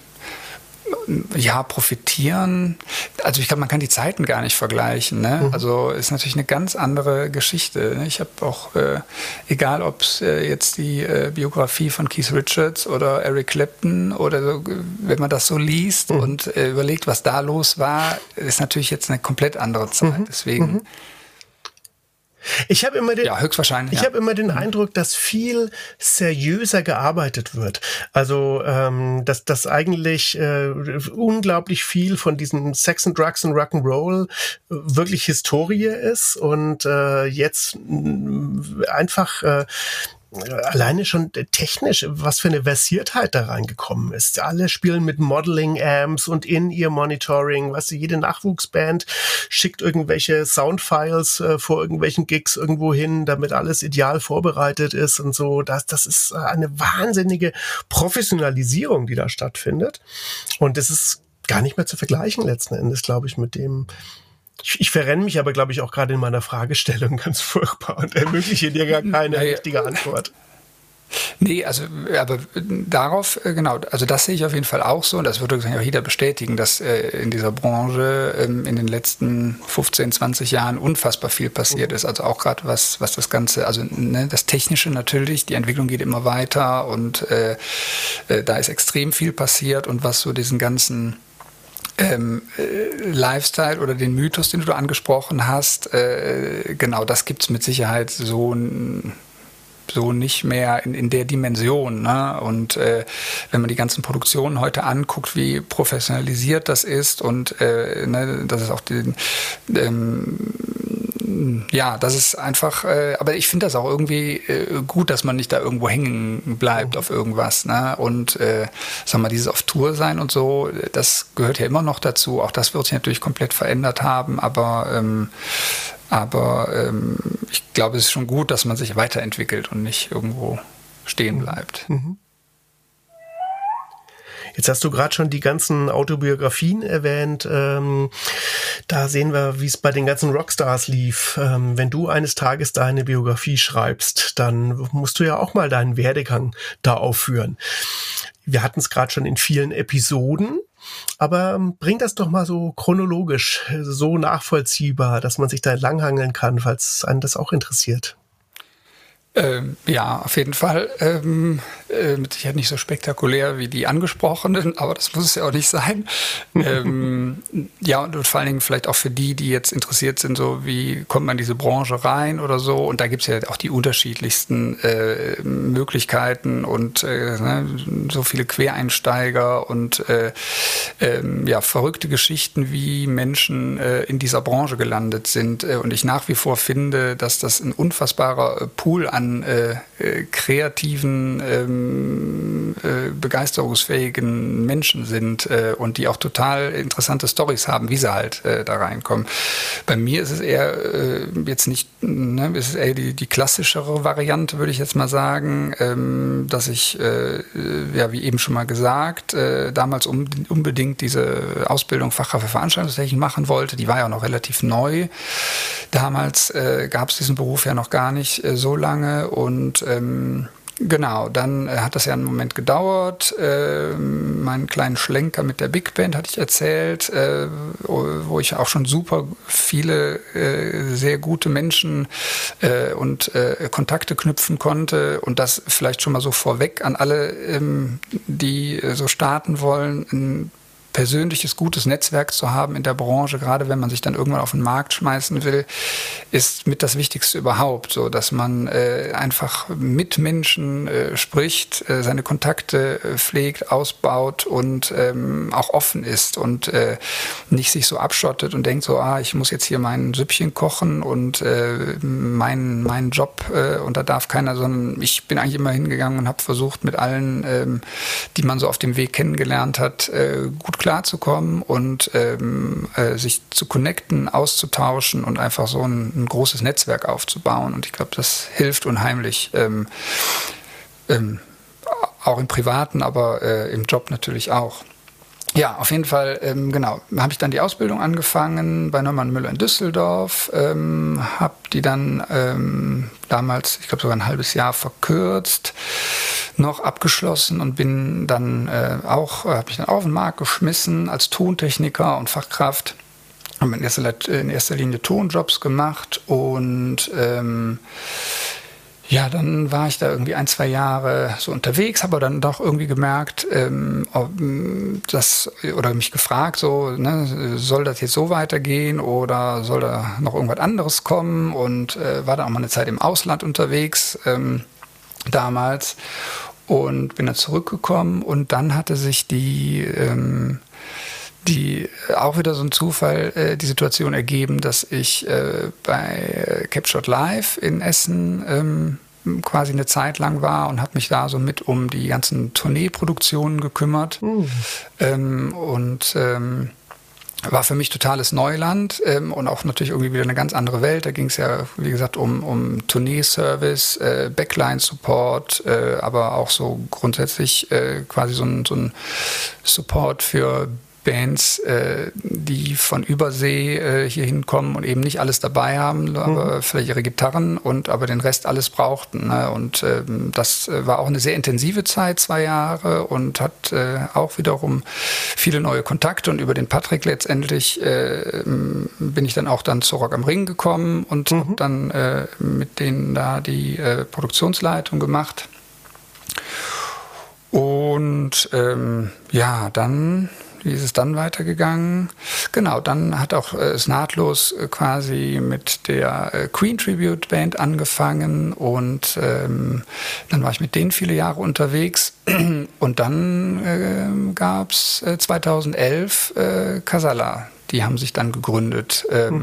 profitieren. Also ich glaube, man kann die Zeiten gar nicht vergleichen. Ne? Also ist natürlich eine ganz andere Geschichte. Ne? Ich habe auch, egal ob es jetzt die Biografie von Keith Richards oder Eric Clapton oder so, wenn man das so liest und überlegt, was da los war, ist natürlich jetzt eine komplett andere Zeit. Deswegen ich habe immer höchstwahrscheinlich. Ich habe immer den Eindruck, dass viel seriöser gearbeitet wird. Also dass eigentlich unglaublich viel von diesen Sex and Drugs und Rock'n'Roll wirklich Historie ist und jetzt einfach alleine schon technisch, was für eine Versiertheit da reingekommen ist. Alle spielen mit Modeling-Amps und In-Ear-Monitoring. Weißt du, jede Nachwuchsband schickt irgendwelche Soundfiles vor irgendwelchen Gigs irgendwo hin, damit alles ideal vorbereitet ist und so. Das ist eine wahnsinnige Professionalisierung, die da stattfindet. Und das ist gar nicht mehr zu vergleichen letzten Endes, glaube ich, mit dem. Ich verrenne mich aber, glaube ich, auch gerade in meiner Fragestellung ganz furchtbar und ermögliche dir gar keine richtige Antwort. Nee, also, aber darauf, genau, also das sehe ich auf jeden Fall auch so und das würde auch jeder bestätigen, dass in dieser Branche in den letzten 15, 20 Jahren unfassbar viel passiert ist. Also auch gerade was das Ganze, also das Technische natürlich, die Entwicklung geht immer weiter und da ist extrem viel passiert und was so diesen ganzen Lifestyle oder den Mythos, den du angesprochen hast, genau, das gibt es mit Sicherheit so nicht mehr in der Dimension. Ne? Und wenn man die ganzen Produktionen heute anguckt, wie professionalisiert das ist und das ist auch das ist einfach, aber ich finde das auch irgendwie gut, dass man nicht da irgendwo hängen bleibt auf irgendwas. Ne? Und sag mal, dieses auf Tour sein und so, das gehört ja immer noch dazu. Auch das wird sich natürlich komplett verändert haben, aber ich glaube, es ist schon gut, dass man sich weiterentwickelt und nicht irgendwo stehen bleibt. Jetzt hast du gerade schon die ganzen Autobiografien erwähnt. Da sehen wir, wie es bei den ganzen Rockstars lief. Wenn du eines Tages deine Biografie schreibst, dann musst du ja auch mal deinen Werdegang da aufführen. Wir hatten es gerade schon in vielen Episoden. Aber bring das doch mal so chronologisch, so nachvollziehbar, dass man sich da entlanghangeln kann, falls einen das auch interessiert. Ja, auf jeden Fall. Mit Sicherheit nicht so spektakulär wie die angesprochenen, aber das muss es ja auch nicht sein. Ja, und vor allen Dingen vielleicht auch für die jetzt interessiert sind, so wie kommt man in diese Branche rein oder so. Und da gibt es ja auch die unterschiedlichsten Möglichkeiten und so viele Quereinsteiger und verrückte Geschichten, wie Menschen in dieser Branche gelandet sind. Und ich nach wie vor finde, dass das ein unfassbarer Pool an kreativen, begeisterungsfähigen Menschen sind und die auch total interessante Storys haben, wie sie halt da reinkommen. Bei mir ist es eher jetzt nicht, es ist eher die klassischere Variante, würde ich jetzt mal sagen, dass ich, wie eben schon mal gesagt, damals unbedingt diese Ausbildung Fachkraft für Veranstaltungstechnik machen wollte. Die war ja auch noch relativ neu. Damals gab es diesen Beruf ja noch gar nicht so lange und genau, dann hat das ja einen Moment gedauert. Meinen kleinen Schlenker mit der Big Band hatte ich erzählt, wo ich auch schon super viele sehr gute Menschen und Kontakte knüpfen konnte. Und das vielleicht schon mal so vorweg an alle, die so starten wollen, ein persönliches, gutes Netzwerk zu haben in der Branche, gerade wenn man sich dann irgendwann auf den Markt schmeißen will, ist mit das Wichtigste überhaupt, so dass man einfach mit Menschen spricht, seine Kontakte pflegt, ausbaut und auch offen ist und nicht sich so abschottet und denkt so, ich muss jetzt hier mein Süppchen kochen und meinen Job und da darf keiner, sondern ich bin eigentlich immer hingegangen und habe versucht, mit allen, die man so auf dem Weg kennengelernt hat, gut klarzukommen und sich zu connecten, auszutauschen und einfach so ein großes Netzwerk aufzubauen. Und ich glaube, das hilft unheimlich, auch im Privaten, aber im Job natürlich auch. Ja, auf jeden Fall, genau, habe ich dann die Ausbildung angefangen bei Neumann Müller in Düsseldorf, habe die dann damals, ich glaube sogar ein halbes Jahr verkürzt, noch abgeschlossen und bin dann habe mich dann auf den Markt geschmissen als Tontechniker und Fachkraft. Habe in erster Linie Tonjobs gemacht und ja, dann war ich da irgendwie 1-2 Jahre so unterwegs, habe dann doch irgendwie gemerkt, oder mich gefragt, so, ne, soll das jetzt so weitergehen oder soll da noch irgendwas anderes kommen? Und war dann auch mal eine Zeit im Ausland unterwegs damals und bin dann zurückgekommen und dann hatte sich die auch wieder so ein Zufall, die Situation ergeben, dass ich bei Captured Live in Essen quasi eine Zeit lang war und habe mich da so mit um die ganzen Tourneeproduktionen gekümmert. War für mich totales Neuland und auch natürlich irgendwie wieder eine ganz andere Welt. Da ging es ja, wie gesagt, um Tourneeservice, Backline-Support, aber auch so grundsätzlich quasi so ein Support für Bands, die von Übersee hier hinkommen und eben nicht alles dabei haben, aber vielleicht ihre Gitarren aber den Rest alles brauchten. Ne? Und das war auch eine sehr intensive Zeit, 2 Jahre, und hat auch wiederum viele neue Kontakte. Und über den Patrick letztendlich bin ich dann auch zu Rock am Ring gekommen und habe dann mit denen da die Produktionsleitung gemacht. Und ja, dann... Wie ist es dann weitergegangen? Genau, dann hat auch es nahtlos quasi mit der Queen Tribute Band angefangen und dann war ich mit denen viele Jahre unterwegs und dann gab es 2011 Casalla. Die haben sich dann gegründet.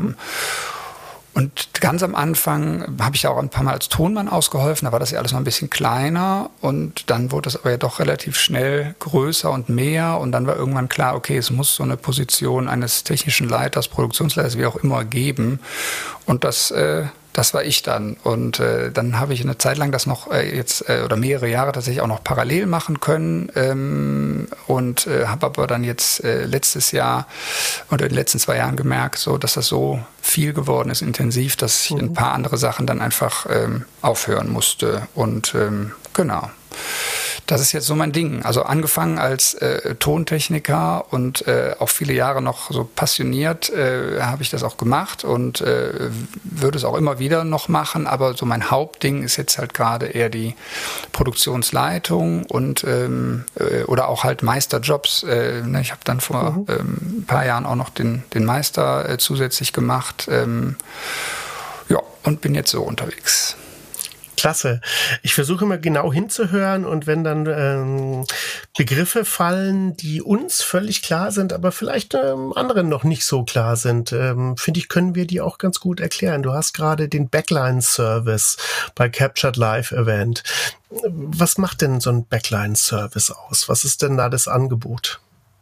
Und ganz am Anfang habe ich ja auch ein paar Mal als Tonmann ausgeholfen, da war das ja alles noch ein bisschen kleiner und dann wurde es aber ja doch relativ schnell größer und mehr und dann war irgendwann klar, okay, es muss so eine Position eines technischen Leiters, Produktionsleiters, wie auch immer geben und das war ich dann. Und dann habe ich eine Zeit lang das noch oder mehrere Jahre tatsächlich auch noch parallel machen können und habe aber dann jetzt letztes Jahr oder in den letzten 2 Jahren gemerkt, so, dass das so viel geworden ist, intensiv, dass ich ein paar andere Sachen dann einfach aufhören musste. Und genau. Das ist jetzt so mein Ding. Also angefangen als Tontechniker und auch viele Jahre noch so passioniert habe ich das auch gemacht und würde es auch immer wieder noch machen. Aber so mein Hauptding ist jetzt halt gerade eher die Produktionsleitung und oder auch halt Meisterjobs. Ich habe dann vor ein paar Jahren auch noch den Meister zusätzlich gemacht. Ja, und bin jetzt so unterwegs. Klasse. Ich versuche immer genau hinzuhören und wenn dann Begriffe fallen, die uns völlig klar sind, aber vielleicht anderen noch nicht so klar sind, finde ich, können wir die auch ganz gut erklären. Du hast gerade den Backline-Service bei Captured Live erwähnt. Was macht denn so ein Backline-Service aus? Was ist denn da das Angebot?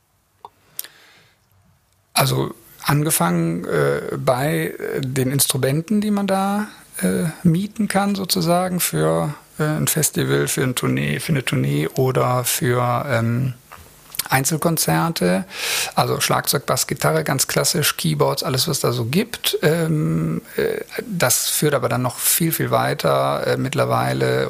Also angefangen bei den Instrumenten, die man da mieten kann sozusagen für ein Festival, für eine Tournee oder für Einzelkonzerte. Also Schlagzeug, Bass, Gitarre, ganz klassisch, Keyboards, alles was da so gibt. Das führt aber dann noch viel, viel weiter mittlerweile.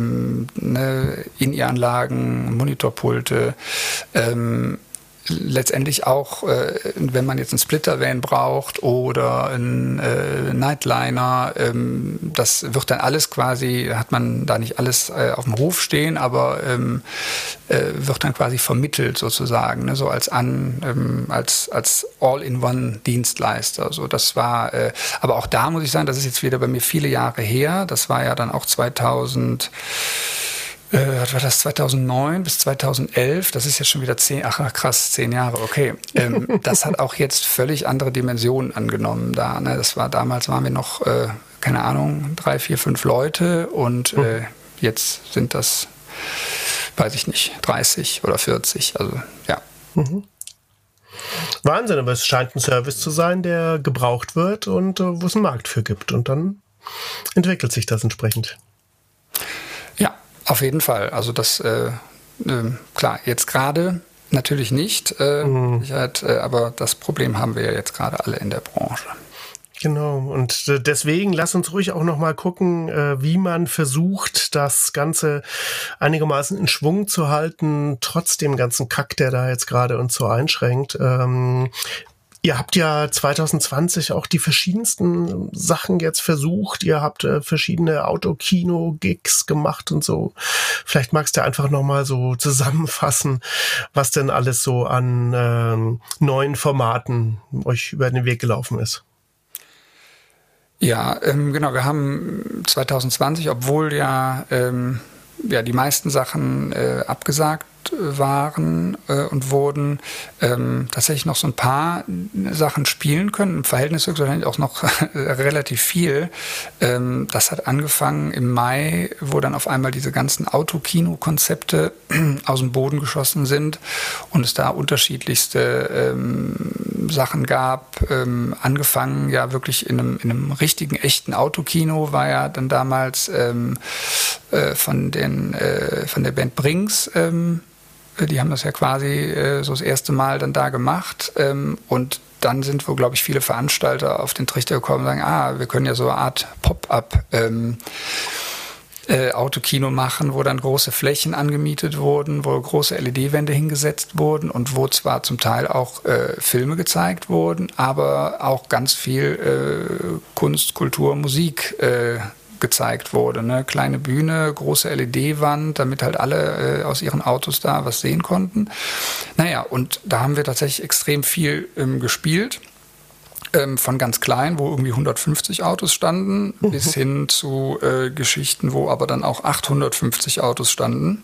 In-Ear-Anlagen, Monitorpulte, letztendlich auch, wenn man jetzt einen Splitter-Van braucht oder einen Nightliner, das wird dann alles quasi, hat man da nicht alles auf dem Hof stehen, aber wird dann quasi vermittelt sozusagen, ne, so als All-in-One-Dienstleister. So, das war, aber auch da muss ich sagen, das ist jetzt wieder bei mir viele Jahre her. Das war ja dann auch 2009 bis 2011, das ist jetzt schon wieder 10 Jahre, okay. Das hat auch jetzt völlig andere Dimensionen angenommen da. Ne? Damals waren wir noch, keine Ahnung, 3, 4, 5 Leute und jetzt sind das, weiß ich nicht, 30 oder 40, also ja. Wahnsinn, aber es scheint ein Service zu sein, der gebraucht wird und wo es einen Markt für gibt und dann entwickelt sich das entsprechend. Ja. Auf jeden Fall. Also das, klar, jetzt gerade natürlich nicht. Sicherheit, aber das Problem haben wir ja jetzt gerade alle in der Branche. Genau, und deswegen lass uns ruhig auch noch mal gucken, wie man versucht, das Ganze einigermaßen in Schwung zu halten, trotz dem ganzen Kack, der da jetzt gerade uns so einschränkt. Ihr habt ja 2020 auch die verschiedensten Sachen jetzt versucht. Ihr habt verschiedene Autokino-Gigs gemacht und so. Vielleicht magst du einfach noch mal so zusammenfassen, was denn alles so an neuen Formaten euch über den Weg gelaufen ist. Ja, genau. Wir haben 2020, obwohl ja die meisten Sachen abgesagt waren und wurden, tatsächlich noch so ein paar Sachen spielen können. Im Verhältnis wahrscheinlich auch noch relativ viel. Das hat angefangen im Mai, wo dann auf einmal diese ganzen Autokino-Konzepte aus dem Boden geschossen sind und es da unterschiedlichste Sachen gab. Angefangen ja wirklich in einem richtigen, echten Autokino war ja dann damals von der Band Brings. Die haben das ja quasi so das erste Mal dann da gemacht. Und dann sind wohl, glaube ich, viele Veranstalter auf den Trichter gekommen und sagen, wir können ja so eine Art Pop-up Autokino machen, wo dann große Flächen angemietet wurden, wo große LED-Wände hingesetzt wurden und wo zwar zum Teil auch Filme gezeigt wurden, aber auch ganz viel Kunst, Kultur, Musik gezeigt wurde. Ne? Kleine Bühne, große LED-Wand, damit halt alle aus ihren Autos da was sehen konnten. Naja, und da haben wir tatsächlich extrem viel gespielt. Von ganz klein, wo irgendwie 150 Autos standen, bis hin zu Geschichten, wo aber dann auch 850 Autos standen.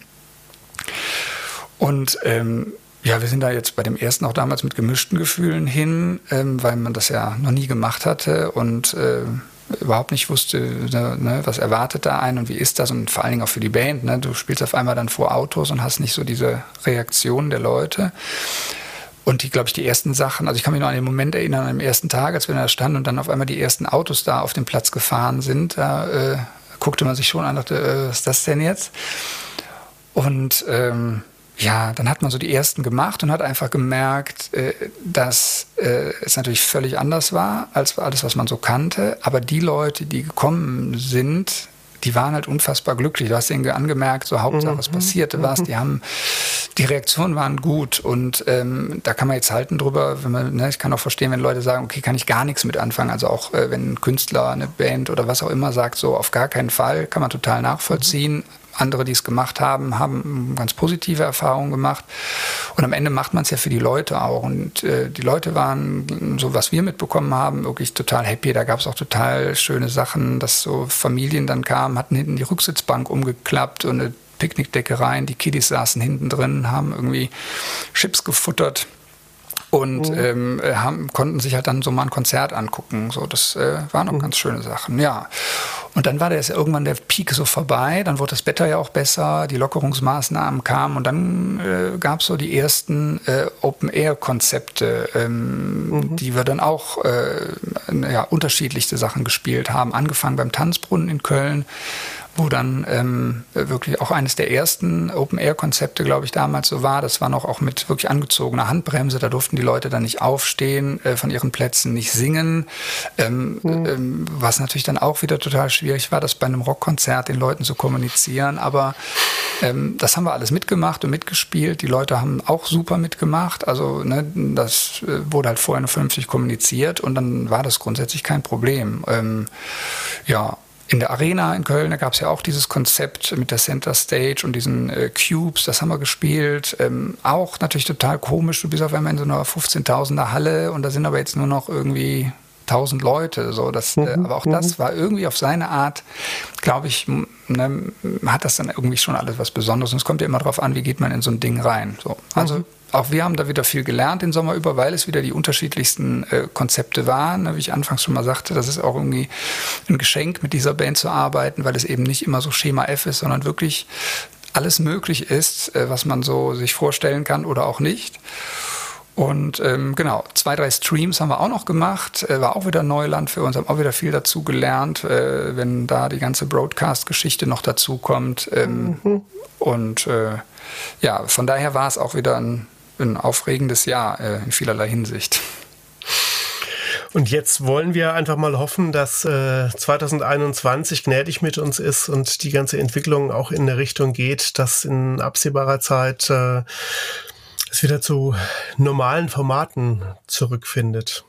Und wir sind da jetzt bei dem ersten auch damals mit gemischten Gefühlen hin, weil man das ja noch nie gemacht hatte und überhaupt nicht wusste, ne, was erwartet da einen und wie ist das und vor allen Dingen auch für die Band. Ne? Du spielst auf einmal dann vor Autos und hast nicht so diese Reaktion der Leute. Und die ersten Sachen, also ich kann mich noch an den Moment erinnern, am ersten Tag, als wir da standen und dann auf einmal die ersten Autos da auf den Platz gefahren sind, da guckte man sich schon an und dachte, was ist das denn jetzt? Und dann hat man so die ersten gemacht und hat einfach gemerkt, dass es natürlich völlig anders war als alles, was man so kannte. Aber die Leute, die gekommen sind, die waren halt unfassbar glücklich. Du hast ihnen angemerkt, so Hauptsache es passierte was. Die Reaktionen waren gut und da kann man jetzt halten drüber, wenn man, ich kann auch verstehen, wenn Leute sagen, okay, kann ich gar nichts mit anfangen. Also auch wenn ein Künstler, eine Band oder was auch immer sagt, so auf gar keinen Fall, kann man total nachvollziehen. Andere, die es gemacht haben, haben ganz positive Erfahrungen gemacht. Und am Ende macht man es ja für die Leute auch. Und die Leute waren, so was wir mitbekommen haben, wirklich total happy. Da gab es auch total schöne Sachen, dass so Familien dann kamen, hatten hinten die Rücksitzbank umgeklappt und eine Picknickdecke rein. Die Kiddies saßen hinten drin, haben irgendwie Chips gefuttert. Und konnten sich halt dann so mal ein Konzert angucken. So, das waren auch ganz schöne Sachen, ja. Und dann war irgendwann der Peak so vorbei, dann wurde das Wetter ja auch besser, die Lockerungsmaßnahmen kamen und dann gab es so die ersten Open-Air-Konzepte, die wir dann auch unterschiedlichste Sachen gespielt haben. Angefangen beim Tanzbrunnen in Köln, wo dann wirklich auch eines der ersten Open-Air-Konzepte, glaube ich, damals so war. Das war noch auch mit wirklich angezogener Handbremse. Da durften die Leute dann nicht aufstehen, von ihren Plätzen nicht singen. Was natürlich dann auch wieder total schwierig war, das bei einem Rockkonzert den Leuten zu kommunizieren. Aber das haben wir alles mitgemacht und mitgespielt. Die Leute haben auch super mitgemacht. Also das wurde halt vorher nur vernünftig kommuniziert und dann war das grundsätzlich kein Problem. In der Arena in Köln, da gab es ja auch dieses Konzept mit der Center Stage und diesen Cubes, das haben wir gespielt. Auch natürlich total komisch, du bist auf einmal in so einer 15.000er Halle und da sind aber jetzt nur noch irgendwie 1.000 Leute. So, aber auch das war irgendwie auf seine Art, glaube ich, hat das dann irgendwie schon alles was Besonderes. Und es kommt ja immer darauf an, wie geht man in so ein Ding rein. So. Also auch wir haben da wieder viel gelernt den Sommer über, weil es wieder die unterschiedlichsten Konzepte waren. Wie ich anfangs schon mal sagte, das ist auch irgendwie ein Geschenk, mit dieser Band zu arbeiten, weil es eben nicht immer so Schema F ist, sondern wirklich alles möglich ist, was man so sich vorstellen kann oder auch nicht. Und 2, 3 Streams haben wir auch noch gemacht, war auch wieder Neuland für uns, haben auch wieder viel dazu gelernt, wenn da die ganze Broadcast-Geschichte noch dazu kommt. Und von daher war es auch wieder ein ein aufregendes Jahr in vielerlei Hinsicht. Und jetzt wollen wir einfach mal hoffen, dass 2021 gnädig mit uns ist und die ganze Entwicklung auch in eine Richtung geht, dass in absehbarer Zeit es wieder zu normalen Formaten zurückfindet.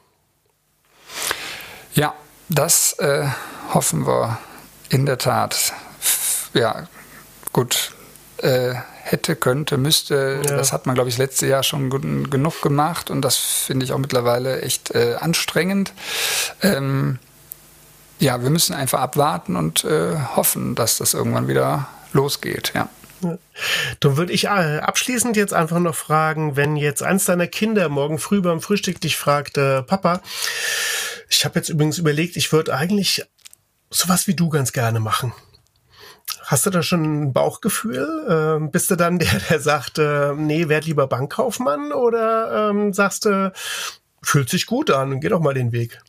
Ja, das hoffen wir in der Tat. Ja, gut. Hätte, könnte, müsste, ja. Das hat man, glaube ich, das letzte Jahr schon genug gemacht und das finde ich auch mittlerweile echt anstrengend. Ja, wir müssen einfach abwarten und hoffen, dass das irgendwann wieder losgeht, ja. Dann würde ich abschließend jetzt einfach noch fragen, wenn jetzt eins deiner Kinder morgen früh beim Frühstück dich fragt, Papa, ich habe jetzt übrigens überlegt, ich würde eigentlich sowas wie du ganz gerne machen. Hast du da schon ein Bauchgefühl? Bist du dann der sagt, nee, werd lieber Bankkaufmann? Oder sagst du, fühlt sich gut an und geh doch mal den Weg?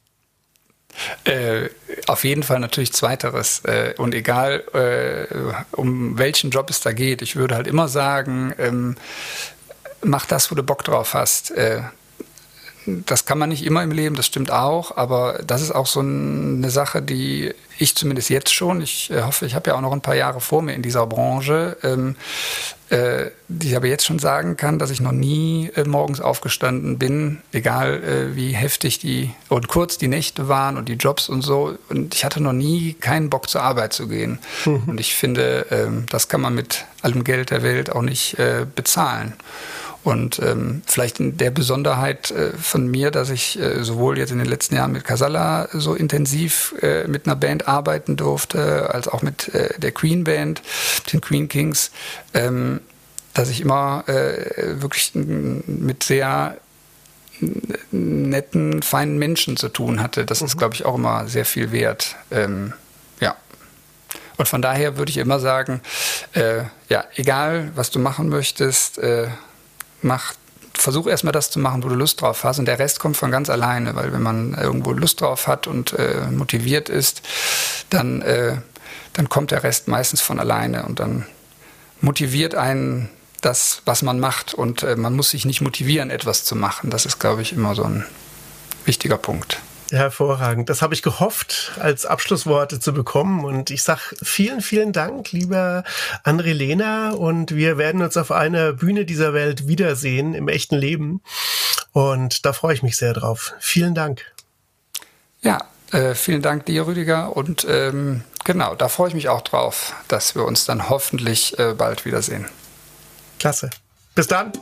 Auf jeden Fall natürlich Zweiteres. Und egal, um welchen Job es da geht, ich würde halt immer sagen, mach das, wo du Bock drauf hast. Das kann man nicht immer im Leben, das stimmt auch, aber das ist auch so eine Sache, die ich zumindest jetzt schon, ich hoffe, ich habe ja auch noch ein paar Jahre vor mir in dieser Branche, die ich aber jetzt schon sagen kann, dass ich noch nie morgens aufgestanden bin, egal wie heftig und kurz die Nächte waren und die Jobs und so, und ich hatte noch nie keinen Bock zur Arbeit zu gehen. Und ich finde, das kann man mit allem Geld der Welt auch nicht bezahlen. Und vielleicht in der Besonderheit von mir, dass ich sowohl jetzt in den letzten Jahren mit Casalla so intensiv mit einer Band arbeiten durfte, als auch mit der Queen Band, den Queen Kings, dass ich immer wirklich mit sehr netten, feinen Menschen zu tun hatte. Das ist, glaube ich, auch immer sehr viel wert. Ja. Und von daher würde ich immer sagen, ja, egal, was du machen möchtest, versuch erstmal das zu machen, wo du Lust drauf hast, und der Rest kommt von ganz alleine, weil wenn man irgendwo Lust drauf hat und motiviert ist, dann kommt der Rest meistens von alleine und dann motiviert einen das, was man macht, und man muss sich nicht motivieren, etwas zu machen. Das ist, glaube ich, immer so ein wichtiger Punkt. Hervorragend. Das habe ich gehofft, als Abschlussworte zu bekommen. Und ich sage vielen, vielen Dank, lieber André Lehner. Und wir werden uns auf einer Bühne dieser Welt wiedersehen, im echten Leben. Und da freue ich mich sehr drauf. Vielen Dank. Ja, vielen Dank dir, Rüdiger. Und genau, da freue ich mich auch drauf, dass wir uns dann hoffentlich bald wiedersehen. Klasse. Bis dann.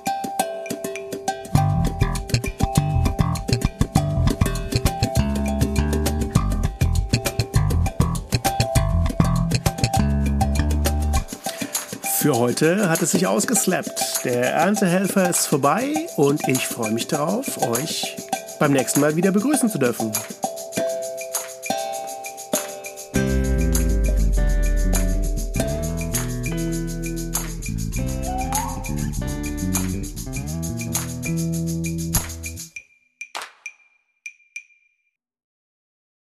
Für heute hat es sich ausgeslappt. Der Erntehelfer ist vorbei und ich freue mich darauf, euch beim nächsten Mal wieder begrüßen zu dürfen.